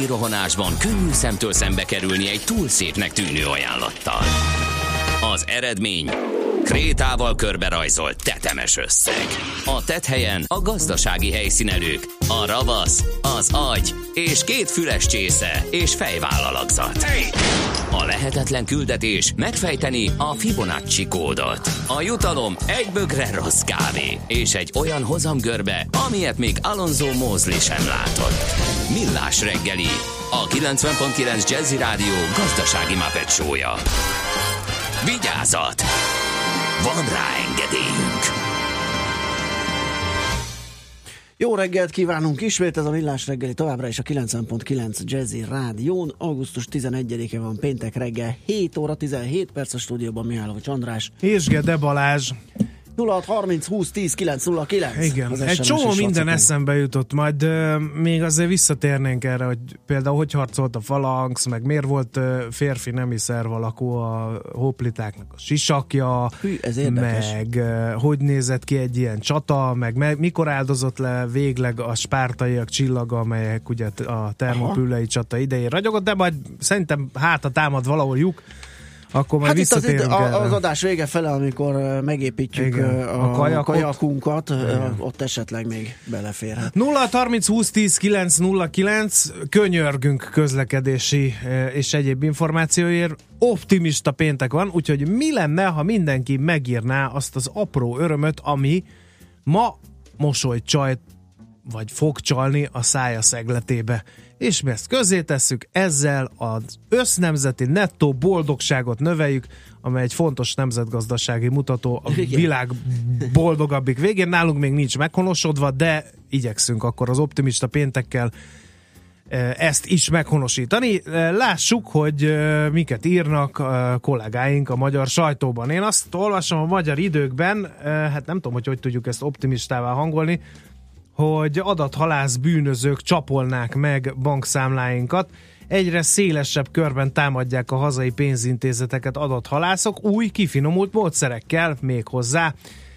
Speaker 1: hétvégi rohanásban könnyű szemtől szembe kerülni egy túl szépnek tűnő ajánlattal. Az eredmény... krétával körberajzolt tetemes összeg. A tetthelyen a gazdasági helyszínelők, a ravasz, az agy és 2 füles csésze és fejvállalakzat. A lehetetlen küldetés megfejteni a Fibonacci kódot. A jutalom egy bögre rossz kávé és egy olyan hozamgörbe, amilyet még Alonso Mosley sem látott. Millás reggeli, a 90.9 Jazzy Rádió gazdasági Muppet show-ja. Vigyázat! Van rá engedélyünk!
Speaker 4: Jó reggelt kívánunk ismét, ez a Millás reggeli továbbra is a 90.9 Jazzy Rádión. Augusztus 11-e van, péntek reggel, 7 óra 17 perc, a stúdióban Mihálovics András.
Speaker 5: És Gede Balázs.
Speaker 4: 0630 20 10 909.
Speaker 5: Igen, egy csomó minden eszembe jutott, majd még azért visszatérnénk erre, hogy például hogy harcolt a falanx, meg miért volt férfi nemi szerv alakú a hoplitáknak a sisakja, meg hogy nézett ki egy ilyen csata, meg mikor áldozott le végleg a spártaiak csillaga, amelyek ugye a termopülei csata idején ragyogott, de majd szerintem hátra támad valahol lyuk, akkor majd visszatérünk
Speaker 4: az adás vége fele, amikor megépítjük a kajakunkat, ott esetleg még beleférhet.
Speaker 5: 0-30 20 10 909, könyörgünk közlekedési és egyéb információért. Optimista péntek van, úgyhogy mi lenne, ha mindenki megírná azt az apró örömöt, ami ma mosolycsajt vagy fog csalni a szája szegletébe. És mi ezt közzétesszük, ezzel az össznemzeti nettó boldogságot növeljük, amely egy fontos nemzetgazdasági mutató a világ boldogabbik végén. Nálunk még nincs meghonosodva, de igyekszünk akkor az optimista péntekkel ezt is meghonosítani. Lássuk, hogy miket írnak kollégáink a magyar sajtóban. Én azt olvasom a Magyar Időkben, hát nem tudom, hogy tudjuk ezt optimistává hangolni, hogy adathalász bűnözők csapolnák meg bankszámláinkat. Egyre szélesebb körben támadják a hazai pénzintézeteket adathalászok új, kifinomult módszerekkel még hozzá.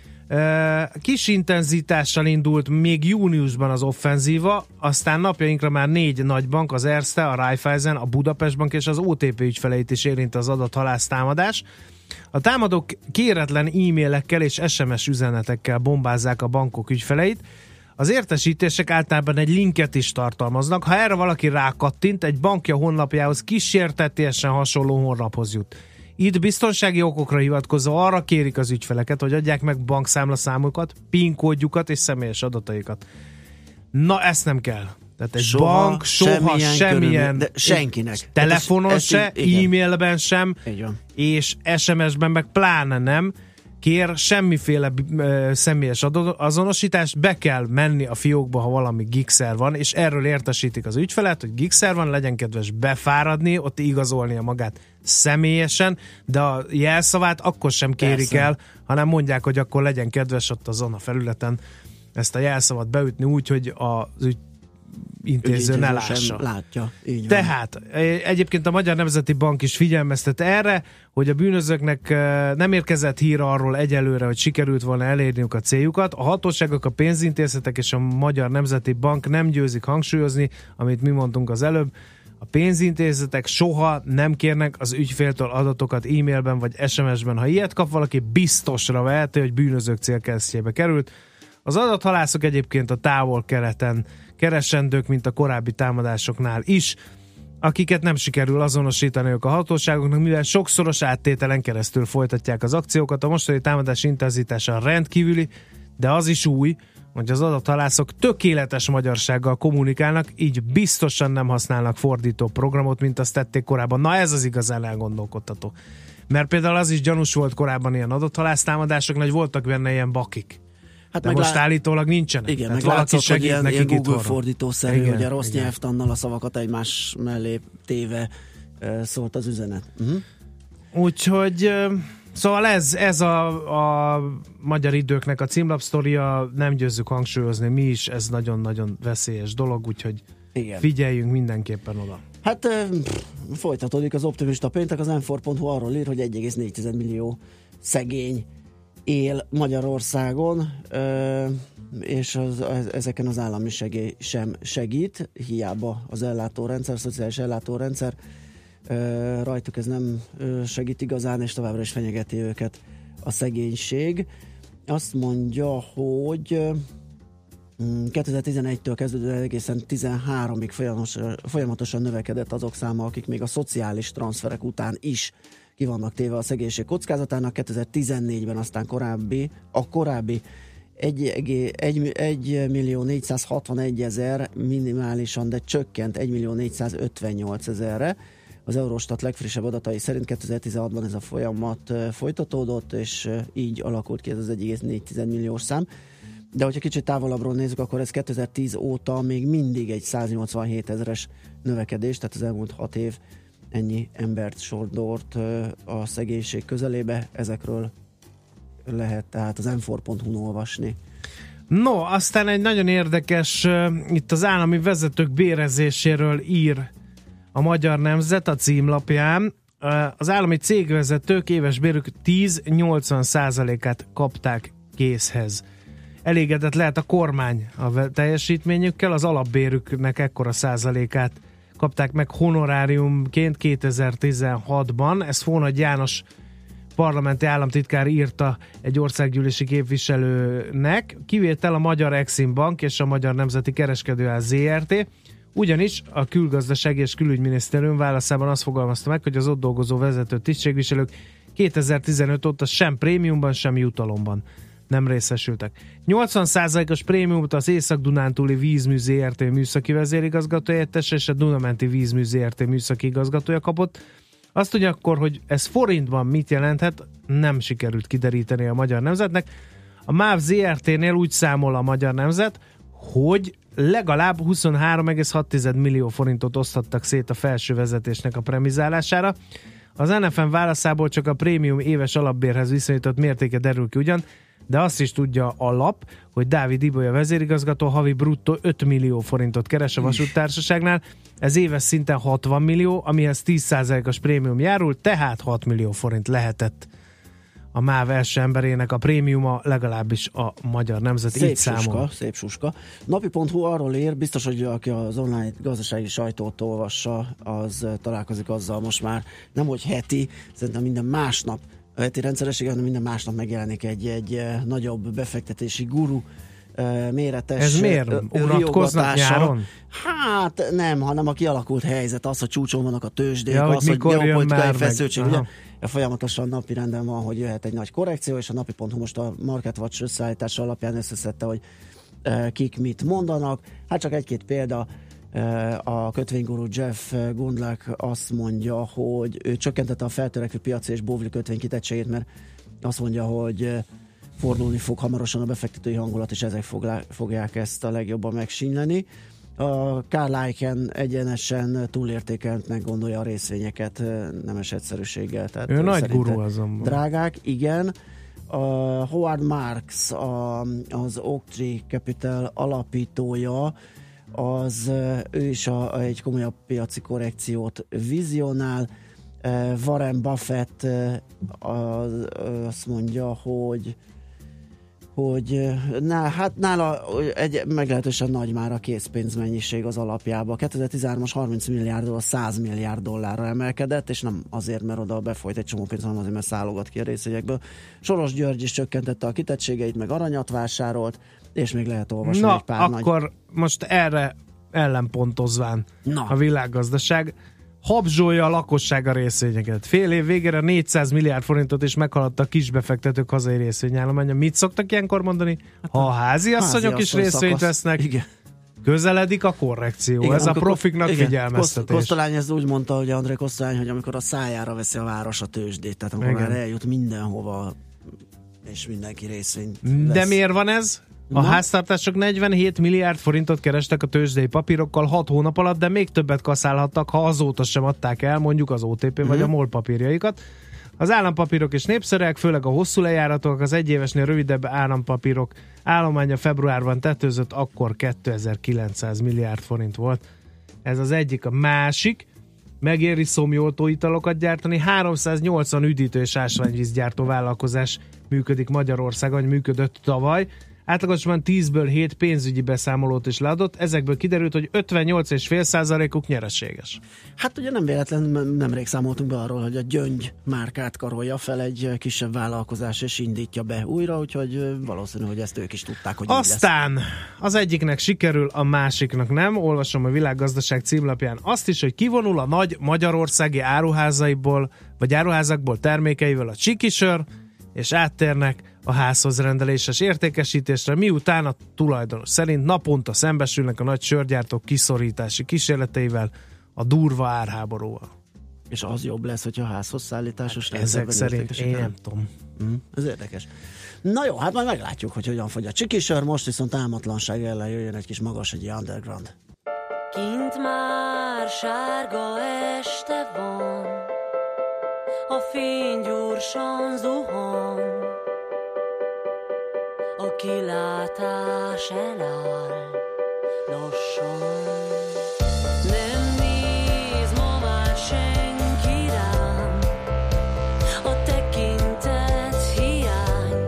Speaker 5: Kis intenzitással indult még júniusban az offenzíva, aztán napjainkra már 4 nagy bank, az Erste, a Raiffeisen, a Budapest Bank és az OTP ügyfeleit is érint az adathalász támadás. A támadók kéretlen e-mailekkel és SMS üzenetekkel bombázzák a bankok ügyfeleit. Az értesítések általában egy linket is tartalmaznak. Ha erre valaki rákattint, egy bankja honlapjához kísértetésen hasonló honlaphoz jut. Itt biztonsági okokra hivatkozva arra kérik az ügyfeleket, hogy adják meg bankszámlaszámukat, PIN kódjukat és személyes adataikat. Na, ezt nem kell. Tehát egy bank semmilyen
Speaker 4: de senkinek.
Speaker 5: Telefonon se, e-mailben sem, és SMS-ben meg pláne nem kér semmiféle személyes azonosítást, be kell menni a fiókba, ha valami gigszer van, és erről értesítik az ügyfelet, hogy gigszer van, legyen kedves befáradni, ott igazolnia magát személyesen, de a jelszavát akkor sem kérik el, hanem mondják, hogy akkor legyen kedves ott azon a felületen ezt a jelszavat beütni úgy, hogy az intéző ne lássa.
Speaker 4: Látja.
Speaker 5: Tehát egyébként a Magyar Nemzeti Bank is figyelmeztet erre, hogy a bűnözőknek nem érkezett hír arról egyelőre, hogy sikerült volna elérniük a céljukat. A hatóságok, a pénzintézetek és a Magyar Nemzeti Bank nem győzik hangsúlyozni, amit mi mondtunk az előbb. A pénzintézetek soha nem kérnek az ügyféltől adatokat e-mailben vagy SMS-ben. Ha ilyet kap valaki, biztosra veheti, hogy bűnözők célkeresztjébe került. Az adathalászok egyébként a távol-keleten keresendők, mint a korábbi támadásoknál is, akiket nem sikerül azonosítaniuk a hatóságoknak, mivel sokszoros áttételen keresztül folytatják az akciókat. A mostani támadás intenzitása rendkívüli, de az is új, hogy az adathalászok tökéletes magyarsággal kommunikálnak, így biztosan nem használnak fordító programot, mint azt tették korábban. Na, ez az igazán elgondolkodtató. Mert például az is gyanús volt korábban ilyen adathalász támadások, hogy voltak benne ilyen bakik. Hát de most állítólag nincsenek.
Speaker 4: Igen, meg látszott, hogy ilyen Google fordítószerű, hogy a rossz nyelvtannal a szavakat egymás mellé téve szólt az üzenet.
Speaker 5: Úgyhogy szóval ez a Magyar Időknek a címlapsztoria, nem győzzük hangsúlyozni mi is, ez nagyon-nagyon veszélyes dolog, úgyhogy figyeljünk mindenképpen oda.
Speaker 4: Hát folytatódik az optimista péntek, az m4.hu arról ír, hogy 1,4 millió szegény él Magyarországon, és ezeken az állami segély sem segít, hiába az ellátórendszer, szociális ellátórendszer, rajtuk ez nem segít igazán, és továbbra is fenyegeti őket a szegénység. Azt mondja, hogy 2011-től kezdődően egészen 13-ig folyamatosan növekedett azok száma, akik még a szociális transferek után is ki vannak téve a szegénység kockázatának. 2014-ben aztán a korábbi 1.461.000 minimálisan, de csökkent 1.458.000-re. Az Eurostat legfrissebb adatai szerint 2016-ban ez a folyamat folytatódott, és így alakult ki ez az 1,4 milliós szám. De hogyha kicsit távolabbról nézzük, akkor ez 2010 óta még mindig egy 187 000-es növekedés, tehát az elmúlt 6 év ennyi embert sordort a szegénység közelébe. Ezekről lehet tehát az m4.hu-n olvasni.
Speaker 5: No, aztán egy nagyon érdekes, itt az állami vezetők bérezéséről ír a Magyar Nemzet a címlapján. Az állami cégvezetők éves bérük 10-80%-át kapták készhez. Elégedett lehet a kormány a teljesítményükkel, az alapbérüknek ekkora százalékát kapták meg honoráriumként 2016-ban. Ezt Fónagy János parlamenti államtitkár írta egy országgyűlési képviselőnek. Kivétel a Magyar Exim Bank és a Magyar Nemzeti Kereskedőház ZRT, ugyanis a Külgazdasági és Külügyminisztérium válaszában azt fogalmazta meg, hogy az ott dolgozó vezető tisztségviselők 2015 óta sem prémiumban, sem jutalomban nem részesültek. 80%-os prémiumot az Észak-Dunántúli Vízmű ZRT műszaki vezérigazgatóhelyettes és a Dunamenti Vízmű ZRT műszaki igazgatója kapott. Azt ugyanakkor, hogy ez forintban mit jelenthet, nem sikerült kideríteni a Magyar Nemzetnek. A MÁV ZRT-nél úgy számol a Magyar Nemzet, hogy legalább 23,6 millió forintot oszthattak szét a felső vezetésnek a premizálására. Az NFM válaszából csak a prémium éves alapbérhez viszonyított mértéke derül ki ugyan, de azt is tudja a lap, hogy Dávid Ibolya vezérigazgató havi bruttó 5 millió forintot keres a vasúttársaságnál. Ez éves szinten 60 millió, amihez 10%-os prémium járul, tehát 6 millió forint lehetett a MÁV első emberének a prémiuma, legalábbis a Magyar Nemzet így számol.
Speaker 4: Szép suska. Napi.hu arról ír, biztos, hogy aki az online gazdasági sajtót olvassa, az találkozik azzal most már, nemhogy heti, szerintem minden másnap, a heti rendszeresség, hanem minden másnap megjelenik egy nagyobb befektetési guru méretes.
Speaker 5: Ez miért? Unatkoznak nyáron?
Speaker 4: Hát nem, hanem a kialakult helyzet, az, hogy csúcson vannak a tőzsdék,
Speaker 5: ja,
Speaker 4: az, hogy geopolitikai feszültség, ugye? Folyamatosan napi renden van, hogy jöhet egy nagy korrekció, és a napi.hu most a Market Watch összeállítása alapján összeszedte, hogy kik mit mondanak. Hát csak egy-két példa. A kötvényguru Jeff Gundlach azt mondja, hogy ő csökkentette a feltörekvő piaci és bóvli kötvény kitettségét, mert azt mondja, hogy fordulni fog hamarosan a befektetői hangulat, és ezek fogják ezt a legjobban megsínyleni. A Carl Icahn egyenesen túlértékeltnek gondolja a részvényeket nemes egyszerűséggel. Tehát
Speaker 5: ő nagy guru azonban.
Speaker 4: Drágák, igen. A Howard Marks, az Oaktree Capital alapítója, ő is egy komolyabb piaci korrekciót vizionál. Warren Buffett azt mondja, hogy nála egy meglehetősen nagy már a készpénzmennyiség az alapjában. 2013-as 30 milliárdról 100 milliárd dollárra emelkedett, és nem azért, mert oda befolyt egy csomó pénz, hanem azért, mert szálogat ki a részvényekből. Soros György is csökkentette a kitettségeit, meg aranyat vásárolt, és még lehet olvasni egy pár nagy...
Speaker 5: akkor most erre ellenpontozván a világgazdaság habzsolja a lakosság a részvényeket. Fél év végére 400 milliárd forintot is meghaladta a kisbefektetők hazai részvényállománya. Mit szoktak ilyenkor mondani? Ha a háziasszonyok is részvényt vesznek, igen. Közeledik a korrekció. Igen, ez a profiknak figyelmeztetés.
Speaker 4: Kosztolány ez úgy mondta, hogy André Kosztolány, hogy amikor a szájára veszi a város a tőzsdét, tehát amikor már eljut mindenhova, és mindenki részvényt vesz.
Speaker 5: De miért van ez? A háztartások 47 milliárd forintot kerestek a tőzsdei papírokkal 6 hónap alatt, de még többet kaszálhattak, ha azóta sem adták el mondjuk az OTP vagy a MOL papírjaikat. Az állampapírok is népszerűek, főleg a hosszú lejáratok, az egyévesnél rövidebb állampapírok állománya februárban tetőzött, akkor 2900 milliárd forint volt. Ez az egyik. A másik, megéri szomjoltó italokat gyártani. 380 üdítő és ásványvízgyártó vállalkozás működik Magyarországon, működött tavaly. Átlagosan 10-ből 7 pénzügyi beszámolót is leadott, ezekből kiderült, hogy 58,5%-uk nyereséges.
Speaker 4: Hát ugye nem véletlenül nemrég számoltunk be arról, hogy a Gyöngy márkát karolja fel egy kisebb vállalkozás, és indítja be újra, úgyhogy valószínű, hogy ezt ők is tudták, hogy
Speaker 5: aztán az egyiknek sikerül, a másiknak nem. Olvasom a Világgazdaság címlapján azt is, hogy kivonul a nagy magyarországi áruházaiból, vagy áruházakból termékeivel a csikisör, és áttérnek a házhoz rendeléses értékesítésre, miután a tulajdonos szerint naponta szembesülnek a nagy sörgyártók kiszorítási kísérleteivel, a durva árháborúval.
Speaker 4: És az jobb lesz, hogyha a házhoz szállításos
Speaker 5: ezek szerint én nem tudom.
Speaker 4: Ez érdekes. Na jó, hát majd meglátjuk, hogy hogyan fogy a csikisör, most viszont álmatlanság ellen jöjjön egy kis magashegyi underground.
Speaker 8: Kint már sárga este van, a fény gyorsan zuhan, a kilátás eláll lassan. Nem néz ma már senki rám, a tekintet hiány.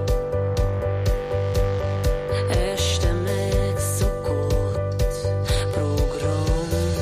Speaker 8: Este megszokott program.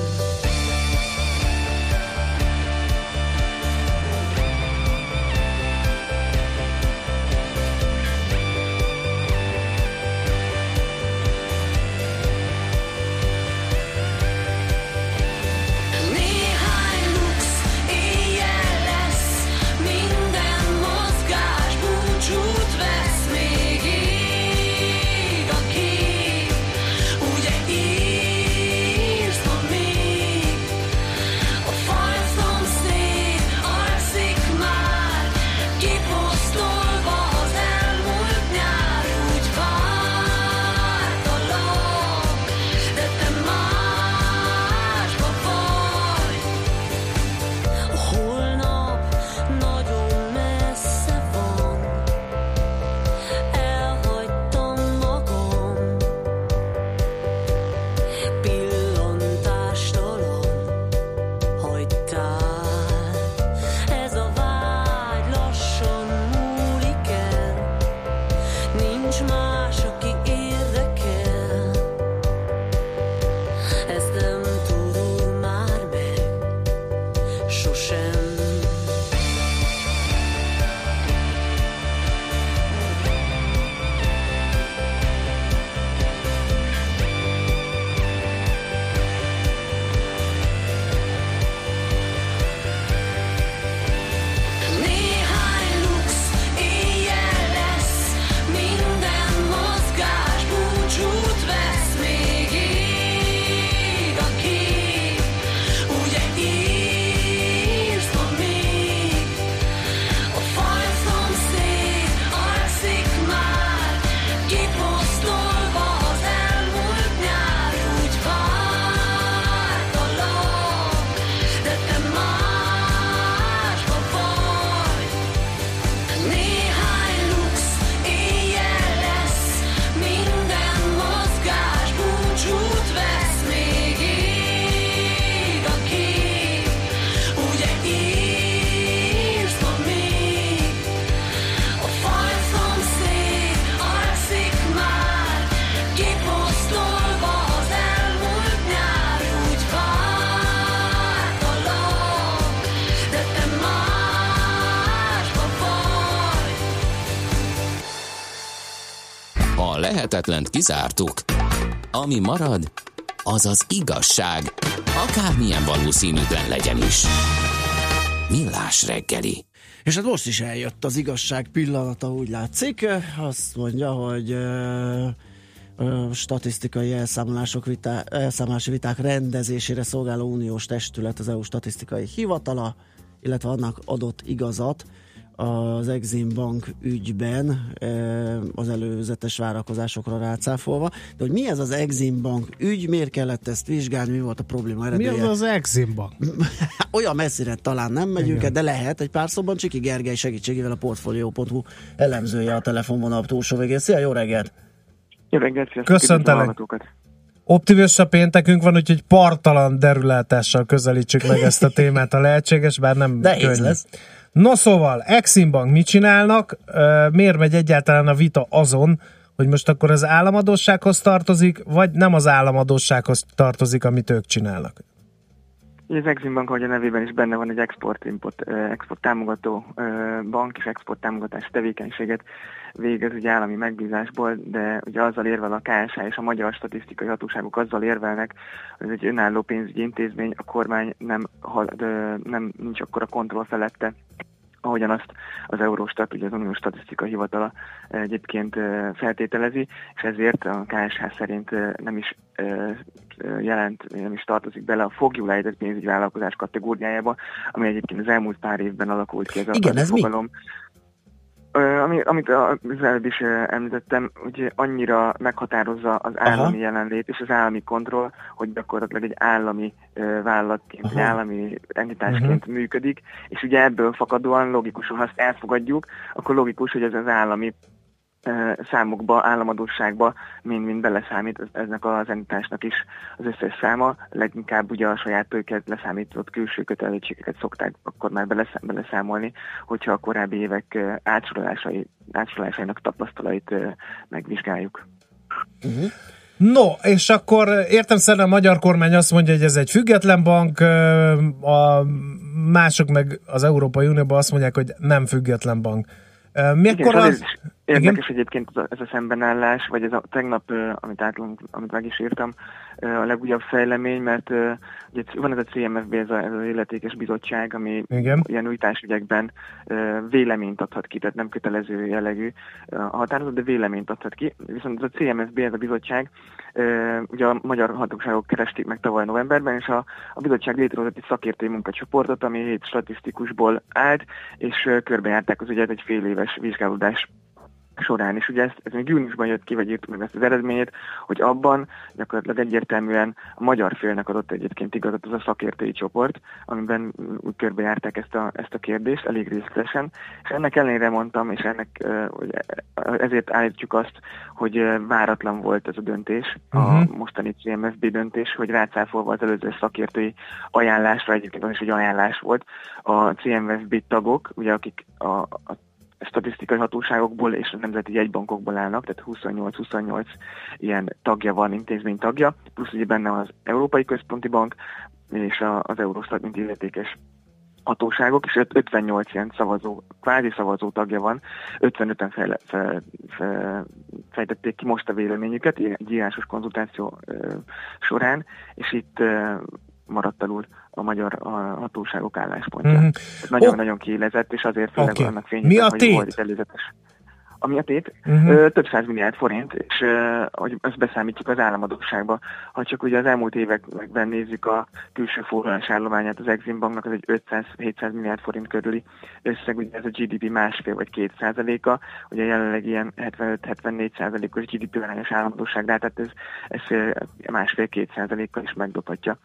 Speaker 1: Lehetetlent kizártuk. Ami marad, az az igazság, akármilyen valószínűtlen legyen is. Millás reggeli.
Speaker 4: És hát most is eljött az igazság pillanata, úgy látszik. Azt mondja, hogy statisztikai elszámolási viták rendezésére szolgáló uniós testület, az EU statisztikai hivatala, illetve annak adott igazat az Exim Bank ügyben, az előzetes várakozásokra rácáfolva. De hogy mi ez az Exim Bank ügy, miért kellett ezt vizsgálni, mi volt a probléma eredménye?
Speaker 5: Mi az Exim Bank?
Speaker 4: Olyan messzire talán nem megyünk, de lehet egy pár szóban. Csiki Gergely segítségével, a Portfolio.hu elemzője a telefonvonal túlsó végén. Szia, jó reggelt!
Speaker 9: Jó reggelt,
Speaker 5: köszöntelek! optimista péntekünk van, úgyhogy parttalan derülátással közelítsük meg ezt a témát, ha lehetséges, bár nem könnyű. Lesz. No szóval, Exim Bank mit csinálnak? Miért megy egyáltalán a vita azon, hogy most akkor az államadóssághoz tartozik, vagy nem az államadóssághoz tartozik, amit ők csinálnak?
Speaker 9: Az Exim Bank, ahogy a nevében is benne van, egy export támogató bank, és export támogatási tevékenységet végez ugye állami megbízásból, de ugye azzal érvel a KSH és a magyar statisztikai hatóságok azzal érvelnek, hogy ez egy önálló pénzügyi intézmény, a kormány nincs akkora kontroll felette, ahogyan azt az Eurostat, ugye az Uniós Statisztikai Hivatala egyébként feltételezi, és ezért a KSH szerint nem is tartozik bele a foglyul ejtett pénzügyi vállalkozás kategóriájába, ami egyébként az elmúlt pár évben alakult ki ez a fogalom. Amit az előbb is említettem, hogy annyira meghatározza az állami jelenlét és az állami kontroll, hogy gyakorlatilag egy állami vállalatként, egy állami entitásként működik, és ugye ebből fakadóan logikus, ha ezt elfogadjuk, akkor logikus, hogy ez az állami számokba, államadósságba mind beleszámít eznek az entitásnak is az összes száma, leginkább ugye a saját tőket leszámított külső kötelezettségeket szokták akkor már beleszámolni, hogyha a korábbi évek átsorolásainak tapasztalait megvizsgáljuk.
Speaker 5: No, és akkor értelemszerűen a magyar kormány azt mondja, hogy ez egy független bank, a mások meg az Európai Unióban azt mondják, hogy nem független bank.
Speaker 9: Érdekes egyébként ez a szembenállás, vagy ez a tegnap, amit meg is írtam, a legújabb fejlemény, mert ugye van ez a CMFB, ez az illetékes bizottság, ami ilyen újításügyekben véleményt adhat ki, tehát nem kötelező jellegű a határozat, de véleményt adhat ki. Viszont ez a CMFB, ez a bizottság, ugye a magyar hatóságok keresték meg tavaly novemberben, és a bizottság létrehozott egy szakértői munkacsoportot, ami 7 statisztikusból állt, és körbejárták az ügyet egy fél éves vizsgálódás során is. Ugye ez még júniusban jött ki, vagy írtuk meg ezt az eredményét, hogy abban gyakorlatilag egyértelműen a magyar félnek adott egyébként igazat az a szakértői csoport, amiben úgy körbejárták ezt a kérdést elég részletesen, és ennek ellenére mondtam, és ezért állítjuk azt, hogy váratlan volt ez a döntés, a mostani CMFB döntés, hogy rácáfolva az előző szakértői ajánlásra, egyébként az is egy ajánlás volt, a CMFB tagok, ugye akik a statisztikai hatóságokból és a nemzeti jegybankokból állnak, tehát 28 ilyen tagja van, intézmény tagja, plusz ugye benne van az Európai Központi Bank és az Eurostat, mint illetékes hatóságok, és 58 ilyen kvázi szavazó tagja van, 55-en fejtették ki most a véleményüket, egy írásos konzultáció során, és itt maradt alul a magyar hatóságok álláspontja. Nagyon-nagyon kiélezett, és azért főleg annak fényében, hogy volt itt előzetes. Ami a tét? Több 100 milliárd forint, és hogy ezt beszámítjuk az államadósságba. Ha csak ugye az elmúlt években nézzük a külső forrásállományát az Exim Banknak, az egy 500-700 milliárd forint körüli összeg, ugye ez a GDP 1,5 vagy 2%-a, ugye jelenleg ilyen 75-74%-os GDP arányos államadósság, tehát ez 1,5-2%-kal is megdobhatja.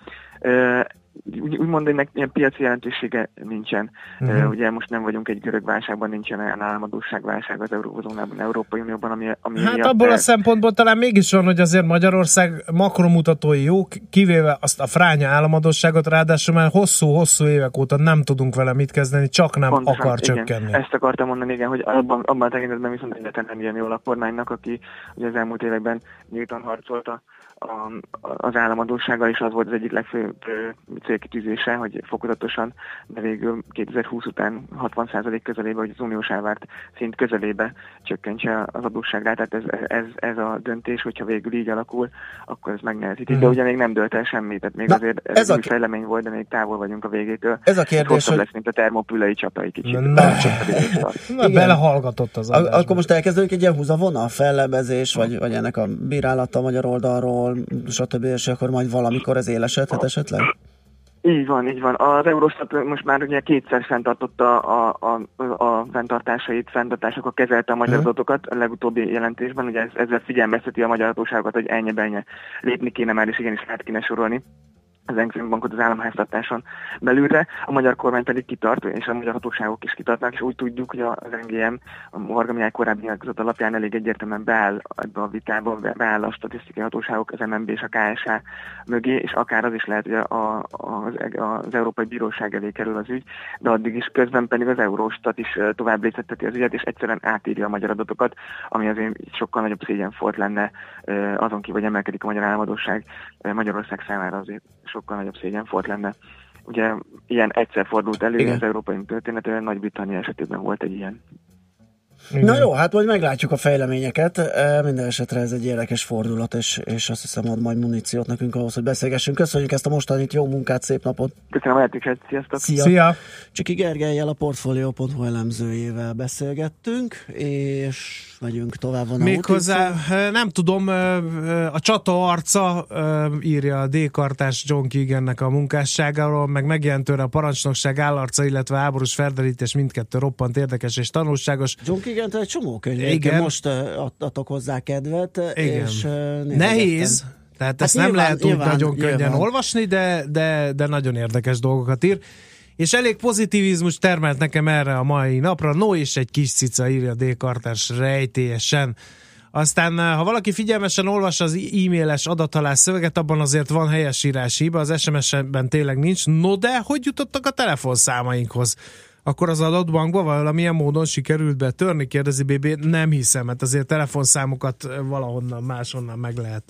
Speaker 9: Úgymond ennek ilyen piaci jelentősége nincsen. Ugye most nem vagyunk egy görög válságban, nincsen olyan államadósságválság az Eurózónában, Európai Unióban, ami
Speaker 5: hát abból a szempontból talán mégis van, hogy azért Magyarország makromutatói jók, kivéve azt a fránya államadósságot, ráadásul már hosszú-hosszú évek óta nem tudunk vele mit kezdeni, csak nem pontosan, akar csökkenni.
Speaker 9: Ezt akartam mondani, igen, hogy abban a tekintetben viszont egyáltalán nem ilyen jól a kormánynak, aki ugye az elmúlt években nyíltan harcolta az államadóssággal, és az volt az egyik legfőbb célkitűzése, hogy fokozatosan, de végül 2020 után 60% közelébe, hogy az uniós elvárt szint közelébe csökkentse az adósságrát. Tehát ez a döntés, hogyha végül így alakul, akkor ez megnehezíti. De ugye még nem dölt el semmi, tehát még azért ez új fejlemény volt, de még távol vagyunk a végétől.
Speaker 4: Ez a kérdés,
Speaker 9: hogy lesz, mint a termopülei csata egy kicsit.
Speaker 5: Belehallgatott az adásban.
Speaker 4: Akkor most elkezdődik egy ilyen húzavona, fellebezés, vagy ennek a bírálata a magyar oldalról, stb. És akkor majd valamikor ez élesedhet esetleg?
Speaker 9: Így van. Az Eurostat most már ugye kétszer fenntartotta a fenntartásokkal kezelte a magyar adatokat a legutóbbi jelentésben, ugye ezzel figyelmezteti a magyar hatóságokat, hogy ennyi lépni kéne már, és igenis át kéne sorolni az Eximbankot az államháztartáson belülre, a magyar kormány pedig kitart, és a magyar hatóságok is kitartnak, és úgy tudjuk, hogy az NGM a Varga Mihály korábbi nyilatkozat alapján elég egyértelműen beáll ebbe a vitába, beáll a statisztikai hatóságok, az MNB és a KSH mögé, és akár az is lehet, hogy az Európai Bíróság elé kerül az ügy, de addig is közben pedig az Eurostat is tovább létezteti az ügyet, és egyszerűen átírja a magyar adatokat, ami azért sokkal nagyobb szégyenfort lenne azon kívül, hogy emelkedik a magyar államadósság Magyarország számára, azért sokkal nagyobb szégyenfort lenne. Ugye ilyen egyszer fordult elő, igen, az európai történetben, Nagy-Britannia esetében volt egy ilyen.
Speaker 4: Igen. Na jó, hát majd meglátjuk a fejleményeket. Minden esetre ez egy érdekes fordulat, és azt hiszem ad majd muníciót nekünk ahhoz, hogy beszélgessünk. Köszönjük ezt a mostanit, jó munkát, szép napot!
Speaker 9: Köszönöm a lehetőséget, sziasztok!
Speaker 4: Szia! Csiki Gergellyel, a Portfolio.hu elemzőjével beszélgettünk, és megyünk tovább.
Speaker 5: Méghozzá, nem tudom, a csata arca írja a D-kartás John Keegannek a munkásságáról, meg megjelent tőle a parancsnokság állarca, illetve háborús felderítés, mindkettő roppant érdekes és tanulságos.
Speaker 4: John Keegan egy csomó könyv, most adtak hozzá kedvet,
Speaker 5: igen.
Speaker 4: És
Speaker 5: nehéz, tehát ezt nem lehet úgy nagyon könnyen olvasni, de nagyon érdekes dolgokat ír. És elég pozitivizmus termelt nekem erre a mai napra. No, és egy kis cica, írja D-kartás rejtélyesen. Aztán, ha valaki figyelmesen olvas az e-mailes adathalás szöveget, abban azért van helyesírási hiba, az SMS-ben tényleg nincs. No, de hogy jutottak a telefonszámainkhoz? Akkor az adatbankba valamilyen módon sikerült betörni, kérdezi BB. Nem hiszem, mert azért telefonszámokat valahonnan, máshonnan meg lehet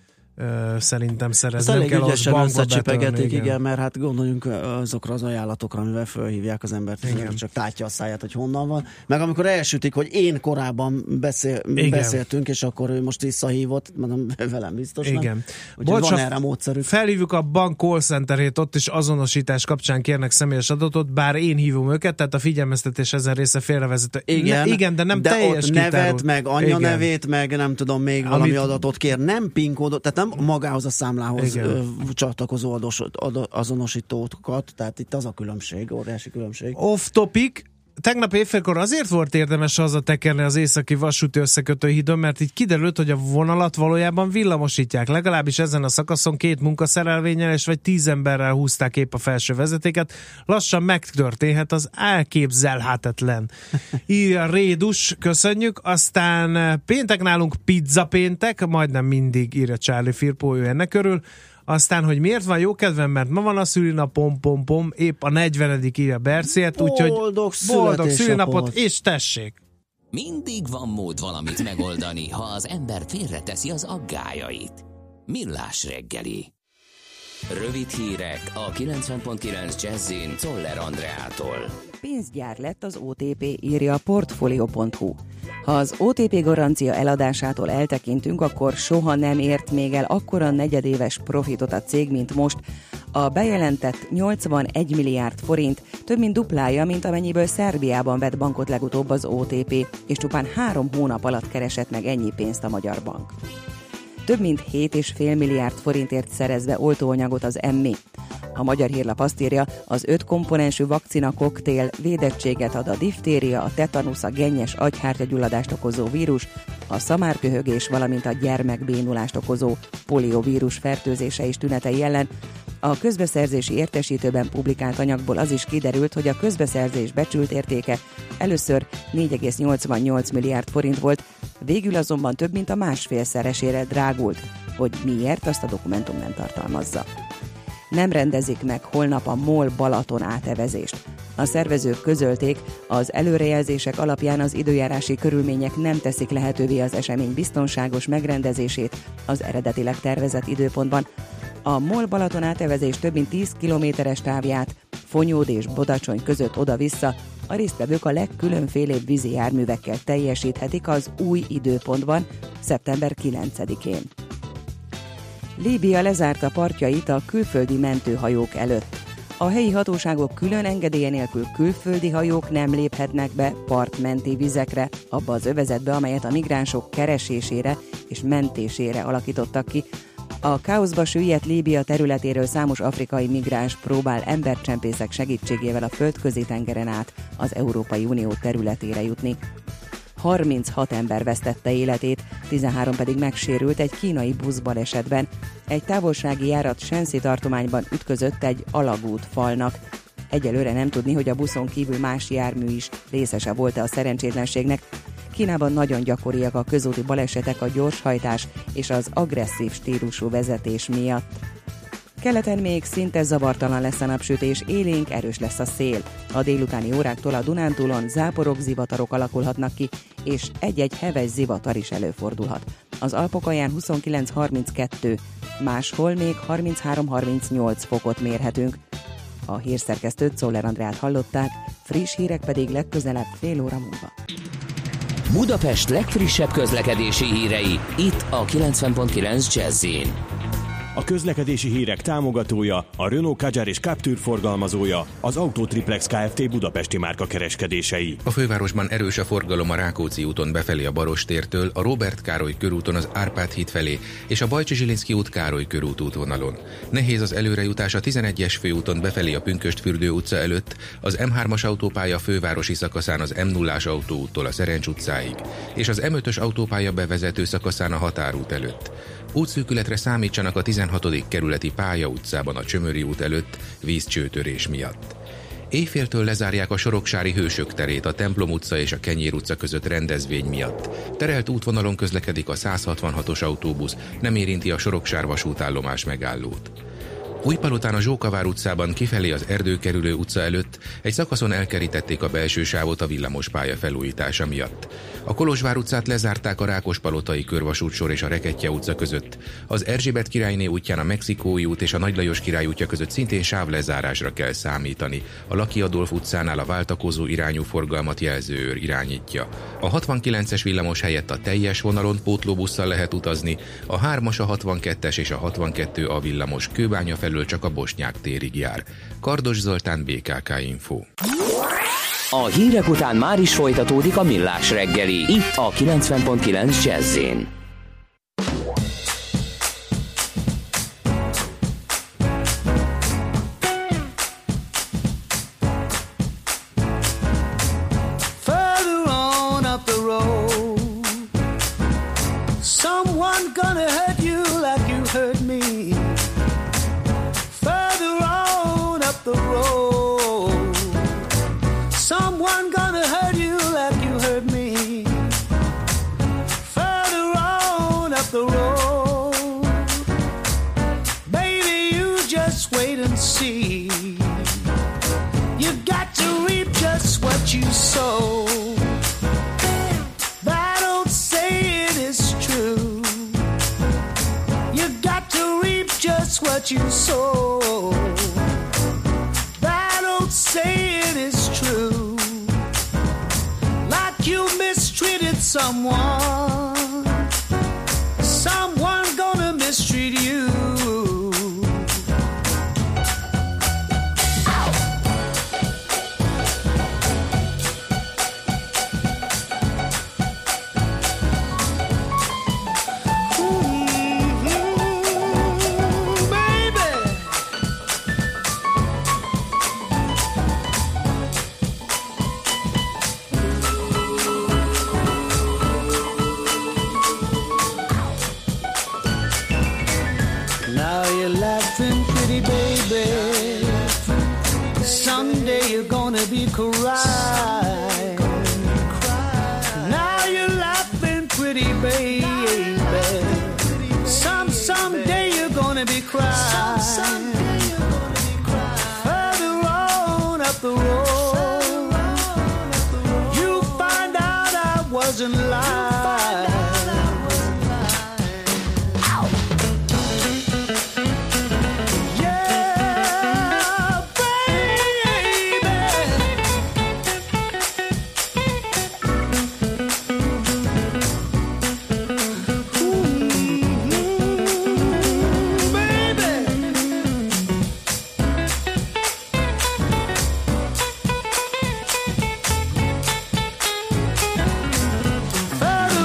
Speaker 5: szerintem szerezni.
Speaker 4: Elég ügyesen összecsipegetik, igen, mert hát gondoljunk azokra az ajánlatokra, amivel felhívják az embert, csak tátja a száját, hogy honnan van. Meg amikor elsütik, hogy én korábban beszéltünk, és akkor ő most visszahívott, mondom, velem biztos nem.
Speaker 5: Igen.
Speaker 4: Úgyhogy van erre módszerük.
Speaker 5: Felhívjuk a bank call centerét, ott is azonosítás kapcsán kérnek személyes adatot, bár én hívom őket, tehát a figyelmeztetés ezen része félrevezető. Igen, de nem teljes
Speaker 4: ott nevet, meg anyjanevét, meg nem tudom, még valami adatot kér, nem PIN kódot, tehát nem magához a számlához csatlakozó azonosítókat, tehát itt az a különbség, óriási különbség.
Speaker 5: Off topic, tegnap évfélkor azért volt érdemes hazatekerni az északi vasúti összekötőhídon, mert így kiderült, hogy a vonalat valójában villamosítják. Legalábbis ezen a szakaszon 2 munkaszerelvénnyel és vagy 10 emberrel húzták épp a felső vezetéket. Lassan megtörténhet az elképzelhetetlen. Írja Rédus, köszönjük. Aztán péntek nálunk pizza péntek, majdnem mindig, írja Charlie Firpo, ő ennek örül. Aztán, hogy miért van jó kedvem, mert ma van a szülinapom, épp a 40. írja Berciet, úgyhogy boldog szülinapot, és tessék!
Speaker 1: Mindig van mód valamit megoldani, ha az ember félreteszi az aggályait. Millás reggeli. Rövid hírek a 90.9 Jazzin Czoller Andreától.
Speaker 7: Pénzgyár lett az OTP, írja a Portfolio.hu. Ha az OTP garancia eladásától eltekintünk, akkor soha nem ért még el akkora negyedéves profitot a cég, mint most. A bejelentett 81 milliárd forint több mint duplája, mint amennyiből Szerbiában vett bankot legutóbb az OTP, és csupán 3 hónap alatt keresett meg ennyi pénzt a magyar bank. Több mint 7,5 milliárd forintért szerezve oltóanyagot az EMMI. A Magyar Hírlap azt írja, az 5 komponensű vakcina koktél védettséget ad a diftéria, a tetanusz, a gennyes agyhártyagyulladást okozó vírus, a szamárköhögés, valamint a gyermekbénulást okozó poliovírus fertőzése és tünetei ellen. A közbeszerzési értesítőben publikált anyagból az is kiderült, hogy a közbeszerzés becsült értéke először 4,88 milliárd forint volt, végül azonban több mint a 1,5-szeresére drágult. Hogy miért, azt a dokumentum nem tartalmazza. Nem rendezik meg holnap a MOL Balaton átevezést. A szervezők közölték, az előrejelzések alapján az időjárási körülmények nem teszik lehetővé az esemény biztonságos megrendezését az eredetileg tervezett időpontban. A MOL Balaton átevezés több mint 10 kilométeres távját Fonyód és Bodacsony között oda-vissza a résztvevők a legkülönfélébb vízi járművekkel teljesíthetik az új időpontban, szeptember 9-én. Líbia lezárta partjait a külföldi mentőhajók előtt. A helyi hatóságok külön engedélye nélkül külföldi hajók nem léphetnek be partmenti vizekre, abba az övezetbe, amelyet a migránsok keresésére és mentésére alakítottak ki. A káoszba süllyedt Líbia területéről számos afrikai migráns próbál embercsempészek segítségével a Földközi-tengeren át az Európai Unió területére jutni. 36 ember vesztette életét, 13 pedig megsérült egy kínai buszbalesetben. Egy távolsági járat Shensi tartományban ütközött egy alagútfalnak. Egyelőre nem tudni, hogy a buszon kívül más jármű is részese volt-e a szerencsétlenségnek. Kínában nagyon gyakoriak a közúti balesetek a gyorshajtás és az agresszív stílusú vezetés miatt. Keleten még szinte zavartalan lesz a napsütés, élénk, erős lesz a szél. A délutáni óráktól a Dunántúlon záporok, zivatarok alakulhatnak ki, és egy-egy heves zivatar is előfordulhat. Az Alpokalján 29-32, máshol még 33-38 fokot mérhetünk. A hírszerkesztőt, Czoller Andrát hallották, friss hírek pedig legközelebb fél óra múlva.
Speaker 1: Budapest legfrissebb közlekedési hírei, itt a 90.9 Jazz-in.
Speaker 10: A közlekedési hírek támogatója, a Renault Kadjar és Captur forgalmazója, az Autotriplex Kft. Budapesti márka kereskedései.
Speaker 11: A fővárosban erős a forgalom a Rákóczi úton befelé a Barostértől, a Róbert Károly körúton az Árpád híd felé és a Bajcsi Zsilinszky út Károly körút útvonalon. Nehéz az előrejutás a 11-es főúton befelé a Pünkösdfürdő utca előtt, az M3-as autópálya fővárosi szakaszán az M0-ás autóúttól a Szerencs utcáig, és az M5-ös autópálya bevezető szakaszán a Határút előtt. Útszűkületre számítsanak a 16. kerületi Pálya utcában a Csömöri út előtt vízcsőtörés miatt. Éjféltől lezárják a Soroksári Hősök terét a Templom utca és a Kenyér utca között rendezvény miatt. Terelt útvonalon közlekedik a 166-os autóbusz, nem érinti a Soroksár vasútállomás megállót. Újpalotán a Zsókavár utcában kifelé az Erdőkerülő utca előtt egy szakaszon elkerítették a belső sávot a villamospálya felújítása miatt. A Kolozsvár utcát lezárták a Rákospalotai körvasútsor és a Rekettye utca között. Az Erzsébet királyné útján a Mexikói út és a Nagy Lajos király útja között szintén sávlezárásra kell számítani. A Laki Adolf utcánál a váltakozó irányú forgalmat jelzőőr irányítja. A 69-es villamos helyett a teljes vonalon pótlóbusszal lehet utazni, a 3-as, a 62-es és a 62 a villamos Kőbánya felől csak a Bosnyák térig jár. Kardos Zoltán, BKK Info.
Speaker 1: A hírek után már is folytatódik a Millás reggeli, itt a 90.9 Jazz-in.
Speaker 12: What you sow, that old saying is true. Like you mistreated someone, someone gonna mistreat you. Cry. Now you're laughing pretty, baby. Someday you're gonna be crying. Further on up the road, you find out I wasn't lying. Further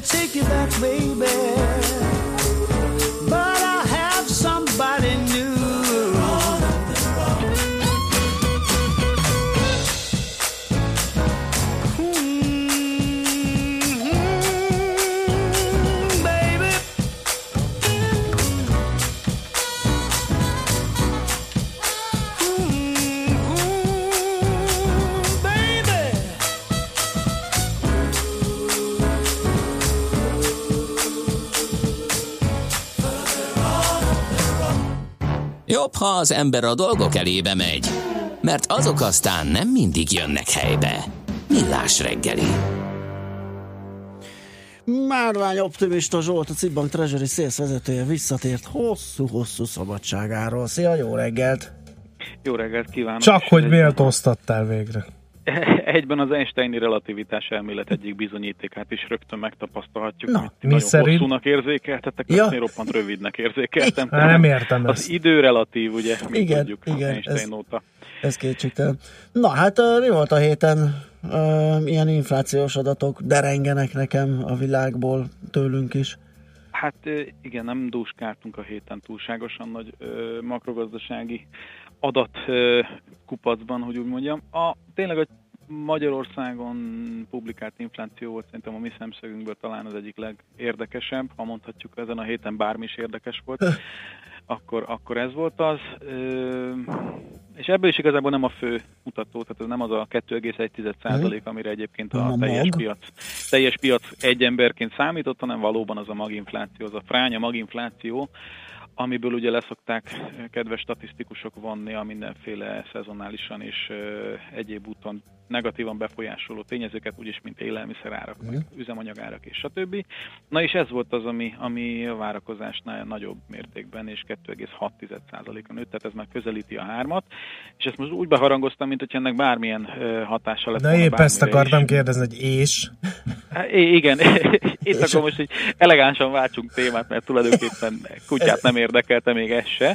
Speaker 12: take you back, baby, but I have somebody new.
Speaker 1: Jobb, ha az ember a dolgok elébe megy, mert azok aztán nem mindig jönnek helybe. Millás reggeli.
Speaker 4: Márvány optimista Zsolt, a Cibbank Treasury Sales vezetője visszatért hosszú-hosszú szabadságáról. Szia, jó reggelt!
Speaker 13: Jó reggelt kívánok!
Speaker 5: Csak hogy méltóztattál végre.
Speaker 13: Egyben az Einsteini relativitás elmélet egyik bizonyítékát is rögtön megtapasztalhatjuk,
Speaker 5: na,
Speaker 13: amit
Speaker 5: mi
Speaker 13: nagyon
Speaker 5: szerint?
Speaker 13: hosszúnak érzékeltetek, azt én roppant rövidnek érzékeltem.
Speaker 5: Nem értem
Speaker 13: az
Speaker 5: ezt.
Speaker 13: idő relatív, ugye, mint tudjuk,
Speaker 4: igen,
Speaker 13: Einstein óta.
Speaker 4: Ez kétségtelen. Na hát mi volt a héten? Ilyen inflációs adatok derengenek nekem a világból, tőlünk is.
Speaker 13: Hát igen, nem dúskáltunk a héten túlságosan nagy makrogazdasági adatkupacban, hogy úgy mondjam. Tényleg a Magyarországon publikált infláció volt szerintem a mi szemszögünkből talán az egyik legérdekesebb, ha mondhatjuk ezen a héten bármi is érdekes volt, akkor ez volt az. És ebből is igazából nem a fő mutató, tehát ez nem az a 2,1%, amire egyébként a teljes piac egy emberként számított, hanem valóban az a maginfláció, az a fránya maginfláció, amiből ugye leszokták kedves statisztikusok vonni a mindenféle szezonálisan és egyéb úton negatívan befolyásoló tényezőket, úgyis mint élelmiszerárak, meg üzemanyagárak és stb. Na és ez volt az, ami a várakozásnál nagyobb mértékben és 2,6%-on nőtt, tehát ez már közelíti a 3-at, és ezt most úgy beharangoztam, mint hogy ennek bármilyen hatása lett.
Speaker 5: De épp ezt akartam kérdezni, hogy és?
Speaker 13: Igen, itt akkor most egy elegánsan váltsunk témát, mert tulajdonképpen kutyát nem érdekelte még ez se.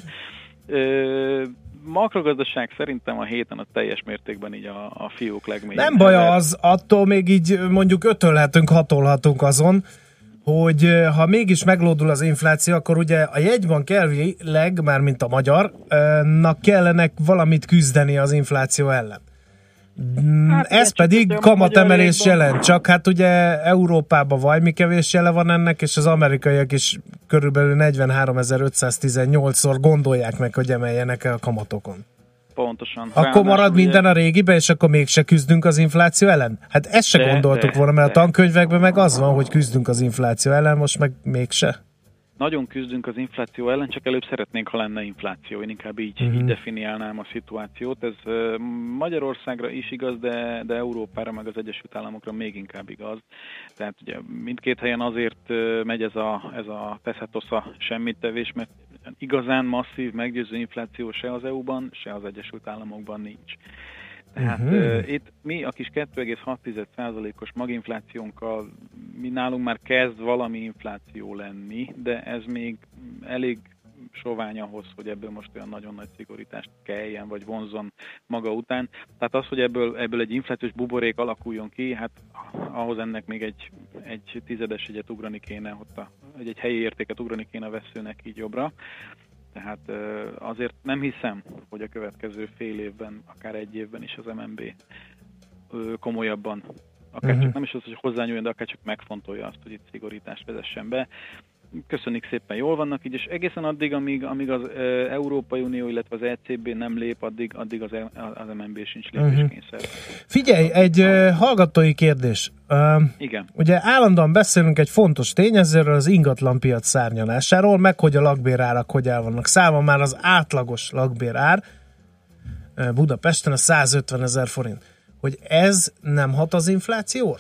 Speaker 13: Makrogazdaság szerintem a héten a teljes mértékben így a fiók legmélyebb.
Speaker 5: Nem baj az, attól még így mondjuk ötölhetünk, hatolhatunk azon, hogy ha mégis meglódul az infláció, akkor ugye a jegybank elvileg, mármint a magyarnak kellenek valamit küzdeni az infláció ellen. Hát, ez pedig kamatemelés jelent, csak hát ugye Európában vajmi kevés jele van ennek, és az amerikaiak is körülbelül 43.518-szor gondolják meg, hogy emeljenek el a kamatokon.
Speaker 13: Pontosan.
Speaker 5: Akkor marad minden a régibe, és akkor mégse küzdünk az infláció ellen? Hát ezt se gondoltuk volna, mert a tankönyvekben meg az van, hogy küzdünk az infláció ellen, most meg mégse.
Speaker 13: Nagyon küzdünk az infláció ellen, csak előbb szeretnénk, ha lenne infláció. Én inkább így definiálnám a szituációt. Ez Magyarországra is igaz, de Európára meg az Egyesült Államokra még inkább igaz. Tehát ugye mindkét helyen azért megy ez a teszetosza semmittevés, mert igazán masszív, meggyőző infláció se az EU-ban, se az Egyesült Államokban nincs. Tehát itt mi a kis 2,6%-os maginflációnkkal, mi nálunk már kezd valami infláció lenni, de ez még elég sovány ahhoz, hogy ebből most olyan nagyon nagy szigorítást kelljen, vagy vonzzon maga után. Tehát az, hogy ebből egy inflációs buborék alakuljon ki, hát ahhoz ennek még egy tizedes egyet ugrani kéne, egy helyi értéket ugrani kéne a veszőnek így jobbra. Tehát azért nem hiszem, hogy a következő fél évben, akár egy évben is az MNB komolyabban, akár csak nem is az, hogy hozzányúljon, de akár csak megfontolja azt, hogy itt szigorítást vezessen be. Köszönjük szépen, jól vannak így, és egészen addig, amíg az Európai Unió, illetve az ECB nem lép, addig az MNB sincs lépéskényszer.
Speaker 5: Figyelj, egy hallgatói kérdés.
Speaker 13: Igen.
Speaker 5: Ugye állandóan beszélünk egy fontos tényezőről, az ingatlanpiac szárnyalásáról, meg hogy a lakbérárak hogy el vannak szállva. Már az átlagos lakbérár Budapesten a 150 000 forint. Hogy ez nem hat az inflációra?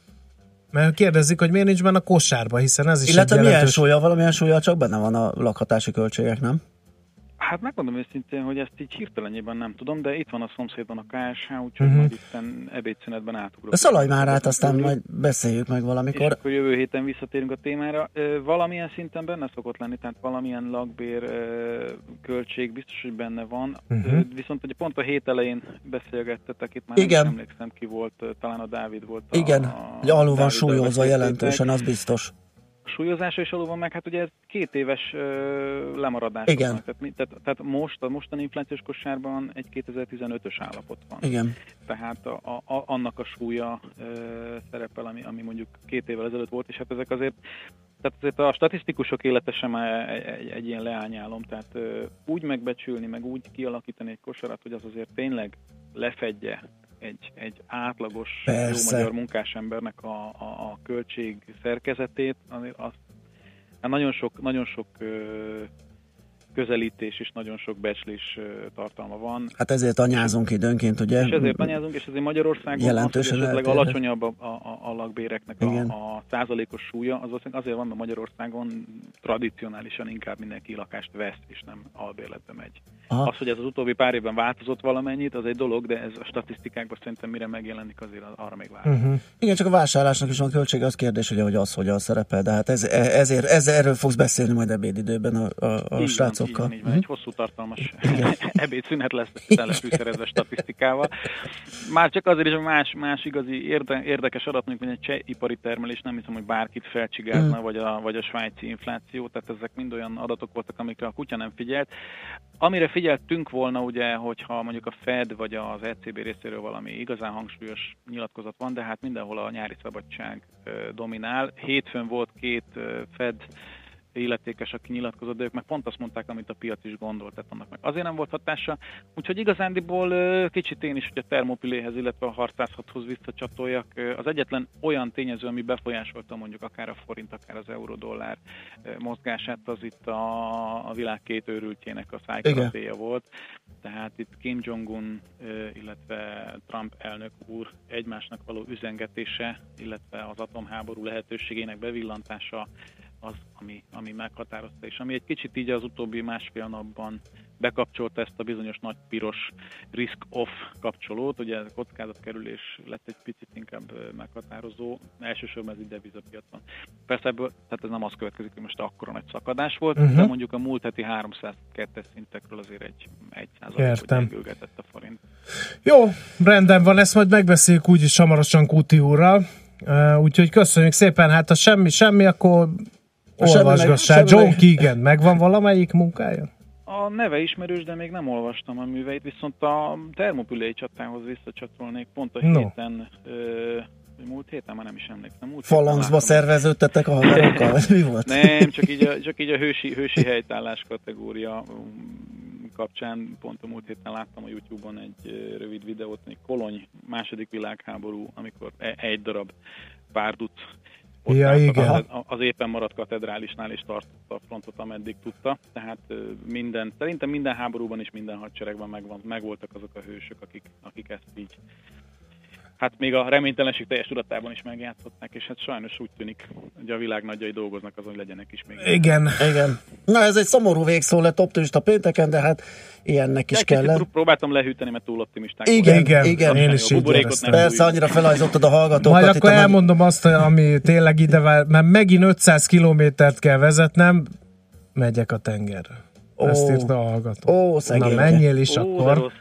Speaker 5: Mert kérdezik, hogy miért nincs benne a kosárba, hiszen ez is
Speaker 4: illetve
Speaker 5: egy jelentős...
Speaker 4: valamilyen súlya csak benne van a lakhatási költségek, nem?
Speaker 13: Hát megmondom őszintén, hogy ezt így hirtelenjében nem tudom, de itt van a szomszédban a KSH, úgyhogy majd itten ebédszünetben átugrok.
Speaker 4: Szaladj már át, aztán majd beszéljük meg valamikor.
Speaker 13: És akkor jövő héten visszatérünk a témára. Valamilyen szinten benne szokott lenni, tehát valamilyen lakbér költség biztos, hogy benne van. Viszont ugye pont a hét elején beszélgettetek, itt már nem emlékszem ki volt, talán a Dávid volt.
Speaker 4: Igen, hogy alul van súlyozva jelentősen, az biztos.
Speaker 13: Súlyozása is alul van meg, hát ugye ez 2 éves lemaradás.
Speaker 4: Igen.
Speaker 13: Tehát most a mostani inflációs kosárban egy 2015-ös állapot van.
Speaker 4: Igen.
Speaker 13: Tehát annak a súlya szerepel, ami mondjuk 2 évvel ezelőtt volt, és hát ezek azért a statisztikusok élete sem egy ilyen leányálom, tehát úgy megbecsülni, meg úgy kialakítani egy kosarat, hogy az azért tényleg lefedje egy átlagos jó magyar munkásembernek a költség szerkezetét, azt nagyon sok közelítés és nagyon sok becslés tartalma van.
Speaker 4: Hát ezért anyázunk időnként, ugye?
Speaker 13: És ezért anyázunk, és ezért Magyarországon
Speaker 4: jelentősen
Speaker 13: az, hogy esetleg alacsonyabb a lakbéreknek a százalékos súlya, az azért van, mert Magyarországon tradicionálisan inkább mindenki lakást vesz, és nem albérletbe megy. Aha. Az, hogy ez az utóbbi pár évben változott valamennyit, az egy dolog, de ez a statisztikákban szerintem mire megjelenik, azért arra még várunk.
Speaker 4: Igen, csak a vásárlásnak is van költsége, az kérdés, ugye, hogy az hogyan szerepel, de hát erről fogsz beszélni majd ebédidőben a srácokkal.
Speaker 13: Így van, egy hosszú tartalmas ebédszünet lesz telefűszerezve statisztikával. Már csak azért is, hogy más igazi érdekes adat, mint egy cseh ipari termelés, nem hiszem, hogy bárkit felcsigázna, vagy a svájci infláció, tehát ezek mind olyan adatok voltak, amikre a kutya nem figyelt. Amire figyeltünk volna, ugye, hogyha mondjuk a Fed vagy az ECB részéről valami igazán hangsúlyos nyilatkozat van, de hát mindenhol a nyári szabadság dominál. Hétfőn volt 2 Fed illetékes, aki nyilatkozott, de ők meg pont azt mondták, amit a piac is gondolt, tehát annak meg azért nem volt hatása. Úgyhogy igazándiból kicsit én is, hogy a Thermopiléhez, illetve a Harcászathoz visszacsatoljak. Az egyetlen olyan tényező, ami befolyásolta mondjuk akár a forint, akár az euró-dollár mozgását, az itt a világ 2 őrültjének a szájkaratéja volt. Tehát itt Kim Jong-un, illetve Trump elnök úr egymásnak való üzengetése, illetve az atomháború lehetőségének bevillantása az, ami meghatározta, és ami egy kicsit így az utóbbi másfél napban bekapcsolta ezt a bizonyos nagy piros risk-off kapcsolót, ugye a kockázatkerülés lett egy picit inkább meghatározó, elsősorban ez egy devizapiacon. Persze ebből, tehát ez nem az következik, hogy most akkora nagy szakadás volt, de mondjuk a múlt heti 302-es szintekről azért egy 1%-ot gyengülgetett a forint.
Speaker 5: Jó, rendben van, ezt majd megbeszéljük úgyis hamarosan Kuti úrral, úgyhogy köszönjük szépen, hát ha semmi, akkor olvasgassál. John Keegan, megvan valamelyik munkája?
Speaker 13: A neve ismerős, de még nem olvastam a műveit, viszont a Thermopilei csatához visszacsatolnék pont a héten, múlt héten, már nem is emlékszem.
Speaker 4: Falangzba szerveződtetek a haverokkal? Mi volt?
Speaker 13: Nem, csak így a hősi helytállás kategória kapcsán pont a múlt héten láttam a YouTube-on egy rövid videót, egy Kolony második világháború, amikor egy darab párduc az éppen maradt katedrálisnál és tartotta a frontot, ameddig tudta. Tehát szerintem minden háborúban és minden hadseregben megvoltak azok a hősök, akik ezt így, hát még a reménytelenség teljes tudatában is megjátszották, és hát sajnos úgy tűnik, hogy a világ nagyjai dolgoznak azon, hogy legyenek is még.
Speaker 4: Igen. Na ez egy szomorú végszó lett optimista pénteken, de hát ilyennek is kellett.
Speaker 13: Próbáltam lehűteni, mert túl optimisták.
Speaker 4: Igen. Én is így persze, annyira felajzottad a hallgatókat.
Speaker 5: Majd akkor elmondom azt, ami tényleg ide vár, mert megint 500 kilométert kell vezetnem, megyek a tengerre. Ezt írta a hallgató. Na menjél is akkor.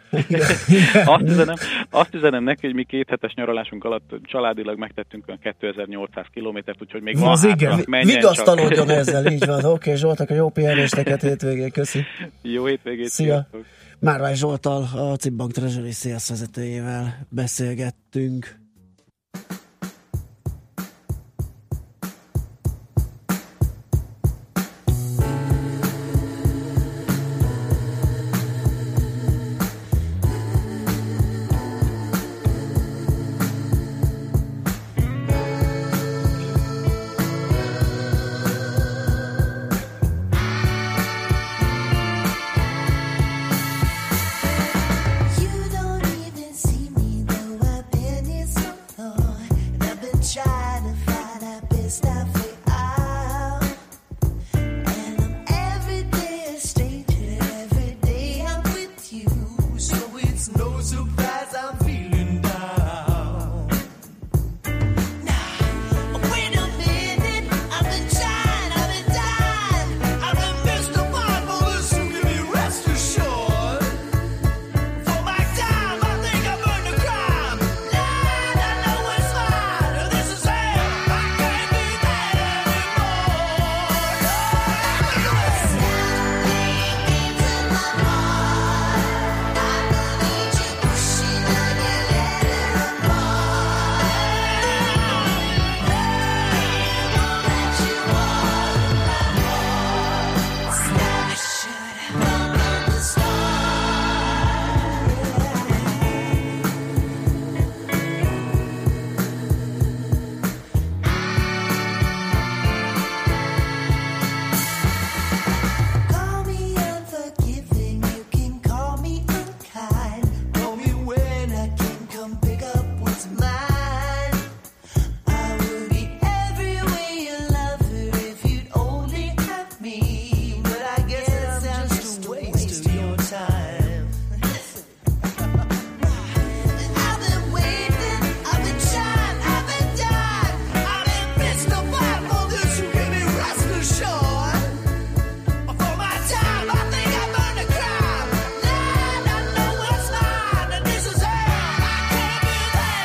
Speaker 13: Azt üzenem neki, hogy mi 2 hetes nyaralásunk alatt családilag megtettünk olyan 2800 kilométert, úgyhogy még van hátra, menjen.
Speaker 4: Vigasztalódjon ezzel, így van. Oké, Zsoltak, a jó pihenéseket hétvégén, köszi.
Speaker 13: Jó hétvégét.
Speaker 4: Szia. Márvány Zsolttal, a CIP Bank Treasury Sales vezetőjével beszélgettünk.
Speaker 8: You don't even see me though I've been here
Speaker 12: surprised I'm feeling down. Now, wait a minute, I've been trying, I've been dying, I've been mystified for this, so give me rest assured. For my time, I think I've earned a crime. Nah, I know it's fine, this is hell, I can't be that anymore. Call me unforgiving, you can call me unkind. Call me when I can come pick up what's mine. I would be everywhere you love her if you'd only have me. But I guess I'm just a waste of your time. I've been waiting, I've been trying, I've been dying, I've been mystified for this, you give me rest assured. For my time, I think I've earned a crime. Nah, I know it's mine, and this is hell, I can't be that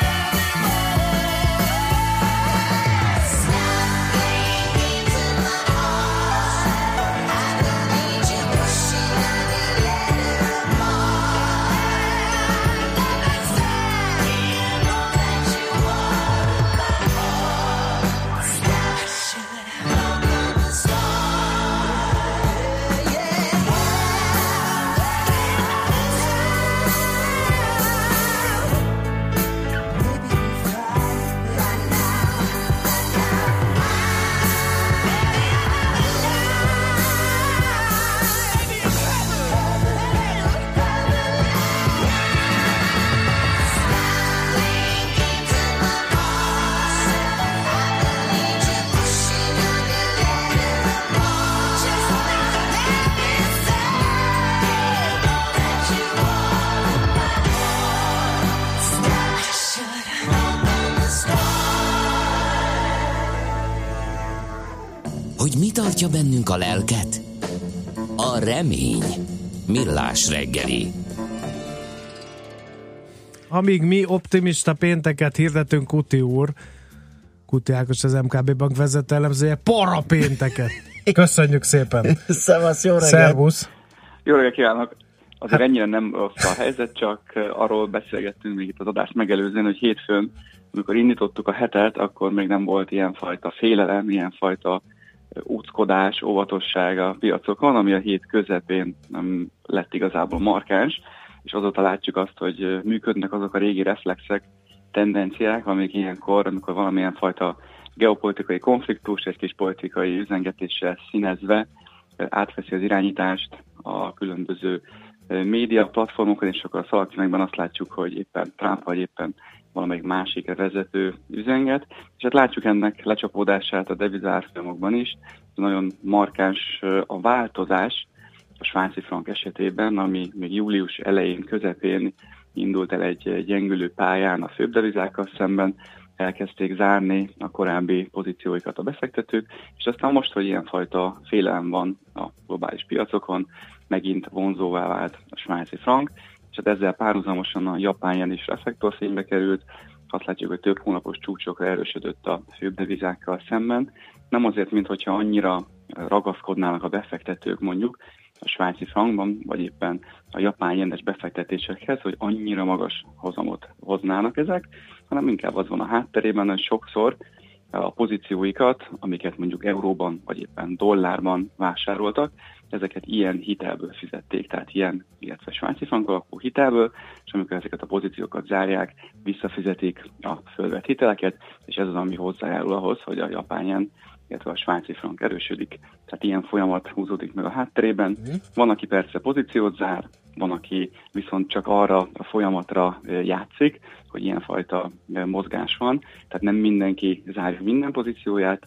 Speaker 12: anymore. Something into my heart, I don't need you pushing on the letter apart. That makes sense, you know that you are my heart. I should have known from the start.
Speaker 1: Hogy mi tartja bennünk a lelket? A remény. Millás reggeli.
Speaker 5: Amíg mi optimista pénteket hirdetünk, Kuti úr, Kuti Ákos, az MKB Bank vezető elemzője, para pénteket. Köszönjük szépen.
Speaker 4: Szevasz, jó reggelt.
Speaker 5: Szervusz.
Speaker 14: Jó reggelt kívánok. Azért ennyire nem rossz a helyzet, csak arról beszélgettünk még itt az adást megelőzően, hogy hétfőn, amikor indítottuk a hetet, akkor még nem volt ilyenfajta félelem, ilyenfajta úckodás, óvatosság a piacokon, ami a hét közepén nem lett igazából markáns, és azóta látjuk azt, hogy működnek azok a régi reflexek, tendenciák, amik ilyenkor, amikor valamilyen fajta geopolitikai konfliktus, egy kis politikai üzengetéssel színezve átveszi az irányítást a különböző média platformokon, és akkor a szalagszínekben azt látjuk, hogy éppen Trump vagy éppen valamelyik másik vezető üzenget, és hát látjuk ennek lecsapódását a devizárfolyamokban is. Nagyon markáns a változás a svájci frank esetében, ami még július elején, közepén indult el egy gyengülő pályán a főbb devizákkal szemben, elkezdték zárni a korábbi pozícióikat a befektetők, és aztán most, hogy ilyenfajta félelem van a globális piacokon, megint vonzóvá vált a svájci frank, és hát ezzel párhuzamosan a japán jen is reflektorfénybe került. Azt látjuk, hogy több hónapos csúcsokra erősödött a főbb devizákkal szemben. Nem azért, mintha annyira ragaszkodnának a befektetők mondjuk a svájci frankban, vagy éppen a japán jenes befektetésekhez, hogy annyira magas hozamot hoznának ezek, hanem inkább az van a hátterében, hogy sokszor a pozícióikat, amiket mondjuk euróban vagy éppen dollárban vásároltak, ezeket ilyen hitelből fizették, tehát ilyen, illetve svájci frank alapú hitelből, és amikor ezeket a pozíciókat zárják, visszafizetik a fölvett hiteleket, és ez az, ami hozzájárul ahhoz, hogy a japán jen, illetve a svájci frank erősödik. Tehát ilyen folyamat húzódik meg a hátterében. Van, aki persze pozíciót zár, van, aki viszont csak arra a folyamatra játszik, hogy ilyenfajta mozgás van. Tehát nem mindenki zárja minden pozícióját,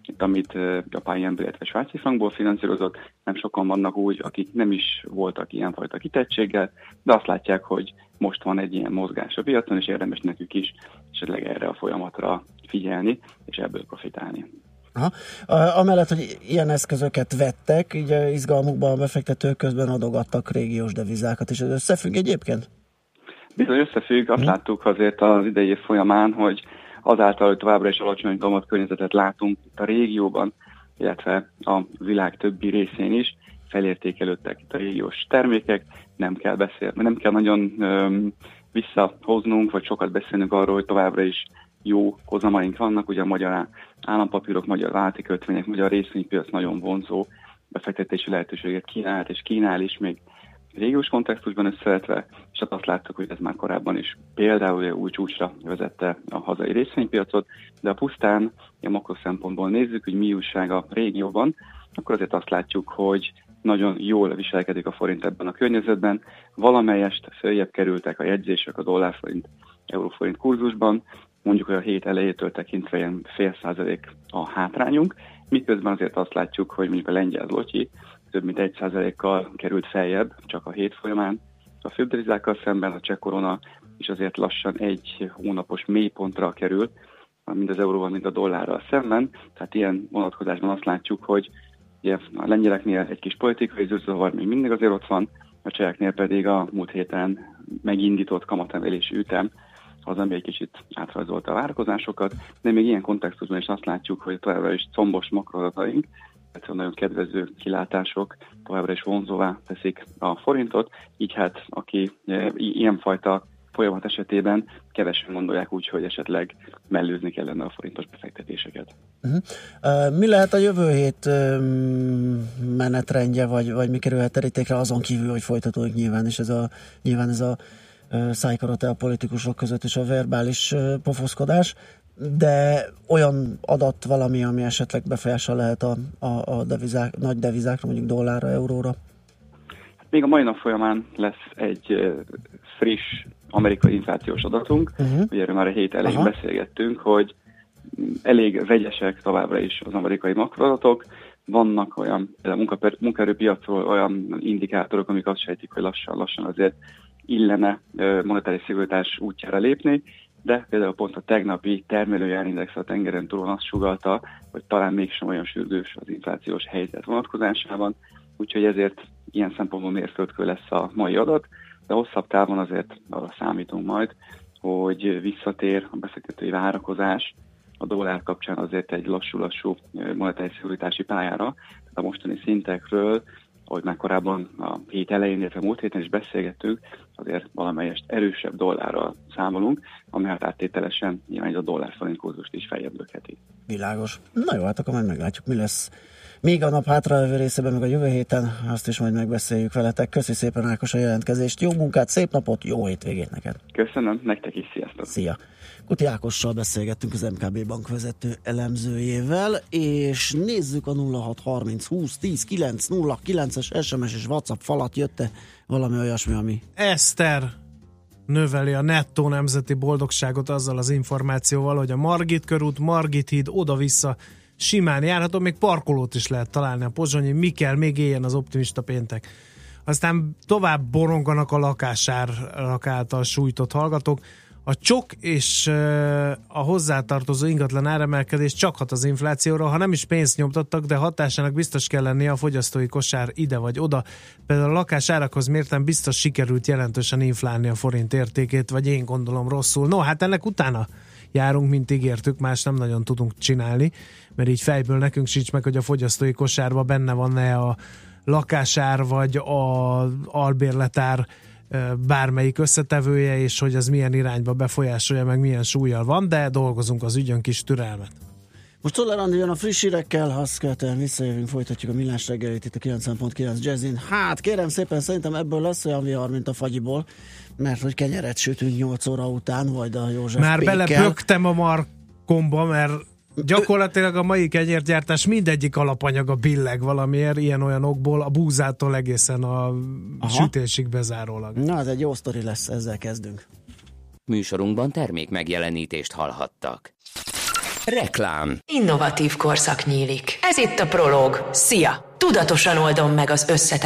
Speaker 14: itt amit japán jenből, illetve svájci frankból finanszírozott, nem sokan vannak úgy, akik nem is voltak ilyenfajta kitettséggel, de azt látják, hogy most van egy ilyen mozgás a piacon, és érdemes nekük is esetleg erre a folyamatra figyelni, és ebből profitálni.
Speaker 4: Aha. Amellett, hogy ilyen eszközöket vettek, így izgalmukban a befektetők közben adogattak régiós devizákat, és ez összefügg egyébként?
Speaker 14: Bizony összefügg, azt láttuk azért az idei év folyamán, hogy azáltal, hogy továbbra is alacsony kamatkörnyezetet látunk itt a régióban, illetve a világ többi részén is, felértékelődtek itt a régiós termékek, nem kell nagyon visszahoznunk, vagy sokat beszélnünk arról, hogy továbbra is jó hozamaink vannak, ugye a magyar állampapírok, magyar válti kötvények, magyar részvénypiac nagyon vonzó befektetési lehetőséget kínált, és kínál is még régiós kontextusban összevetve, és azt láttuk, hogy ez már korábban is például új csúcsra vezette a hazai részvénypiacot, de a pusztán a makro szempontból nézzük, hogy mi újság a régióban, akkor azért azt látjuk, hogy nagyon jól viselkedik a forint ebben a környezetben, valamelyest följebb kerültek a jegyzések a dollárforint, euróforint kurzusban, mondjuk, hogy a hét elejétől tekintve ilyen 0,5% a hátrányunk, miközben azért azt látjuk, hogy mondjuk a lengyel zloty több mint 1%-kal került feljebb csak a hét folyamán. A főbb devizákkal szemben a cseh korona is azért lassan egy hónapos mélypontra került, mind az euróval, mind a dollárral szemben. Tehát ilyen vonatkozásban azt látjuk, hogy ugye a lengyeleknél egy kis politikai zűrzavar még mindig azért ott van, a cseheknél pedig a múlt héten megindított kamatemelési ütem az, ami egy kicsit átrajzolta a várakozásokat, de még ilyen kontextusban is azt látjuk, hogy továbbra is combos makroadataink, egyszerűen nagyon kedvező kilátások továbbra is vonzóvá teszik a forintot, így hát aki ilyenfajta folyamat esetében kevesen gondolják úgy, hogy esetleg mellőzni kellene a forintos befektetéseket.
Speaker 4: Mi lehet a jövő hét menetrendje, vagy mi kerülhet terítékre azon kívül, hogy folytatódik nyilván, és nyilván ez a szájkarate a politikusok között és a verbális pofoszkodás, de olyan adat valami, ami esetleg befolyással lehet a devizák, nagy devizákra, mondjuk dollárra, euróra?
Speaker 14: Még a mai nap folyamán lesz egy friss amerikai inflációs adatunk, ugye erről már a hét elején beszélgettünk, hogy elég vegyesek továbbra is az amerikai makroadatok, vannak olyan, például munkaerőpiacról olyan indikátorok, amik azt sejtik, hogy lassan azért illene monetáris szigorítás útjára lépni, de például pont a tegnapi termelői árindex a tengeren túlon azt sugallta, hogy talán mégsem olyan sürgős az inflációs helyzet vonatkozásában, úgyhogy ezért ilyen szempontból mérföldkő lesz a mai adat, de hosszabb távon azért arra számítunk majd, hogy visszatér a befektetői várakozás a dollár kapcsán azért egy lassú monetáris szigorítási pályára, tehát a mostani szintekről, ahogy már korábban a hét elején, illetve múlt héten is beszélgettünk, azért valamelyest erősebb dollárral számolunk, ami hát áttételesen nyilván a dollár-forint kurzust is feljebb lökheti.
Speaker 4: Világos. Na jó, hát akkor majd meglátjuk, mi lesz még a nap hátralévő részében, meg a jövő héten, azt is majd megbeszéljük veletek. Köszi szépen, Ákos, a jelentkezést, jó munkát, szép napot, jó hétvégét neked!
Speaker 14: Köszönöm, nektek is, sziasztok!
Speaker 4: Szia! Kuti Ákossal beszélgettünk, az MKB bankvezető elemzőjével, és nézzük a 0630 20 10 9 0 9-es SMS és WhatsApp falat, jött-e valami olyasmi, ami...
Speaker 5: Eszter növeli a nettó nemzeti boldogságot azzal az információval, hogy a Margit körút, Margit híd oda-vissza simán járható, még parkolót is lehet találni a Pozsonyi, mi kell, még éljen az optimista péntek. Aztán tovább boronganak a lakásárak által sújtott hallgatók. A csok és a hozzátartozó ingatlan áremelkedés csak hat az inflációra, ha nem is pénzt nyomtattak, de hatásának biztos kell lennie a fogyasztói kosár ide vagy oda. Például a lakásárakhoz mérten biztos sikerült jelentősen inflálni a forint értékét, vagy én gondolom rosszul. No, hát ennek utána járunk, mint ígértük, más nem nagyon tudunk csinálni, mert így fejből nekünk sincs meg, hogy a fogyasztói kosárban benne van-e a lakásár, vagy az albérletár bármelyik összetevője, és hogy az milyen irányba befolyásolja, meg milyen súlyjal van, de dolgozunk az ügyön, kis türelmet.
Speaker 4: Most Czoller Andi jön a friss hírekkel, azt követően visszajövünk, folytatjuk a millás reggelit itt a 90.9 Jazzin. Hát kérem szépen, szerintem ebből lesz olyan vihar, mint a fagyiból, mert hogy kenyeret sütünk 8 óra után, vagy a József
Speaker 5: már
Speaker 4: Pékkel.
Speaker 5: belepöktem a markomba, mert gyakorlatilag a mai kenyérgyártás mindegyik alapanyaga billeg valamiért, ilyen-olyan okból, a búzától egészen a sütésig bezárólag.
Speaker 4: Na, ez egy jó sztori lesz, ezzel kezdünk.
Speaker 1: Műsorunkban termék megjelenítést hallhattak. Reklám.
Speaker 15: Innovatív korszak nyílik. Ez itt a Prológ. Szia! Tudatosan oldom meg az összetett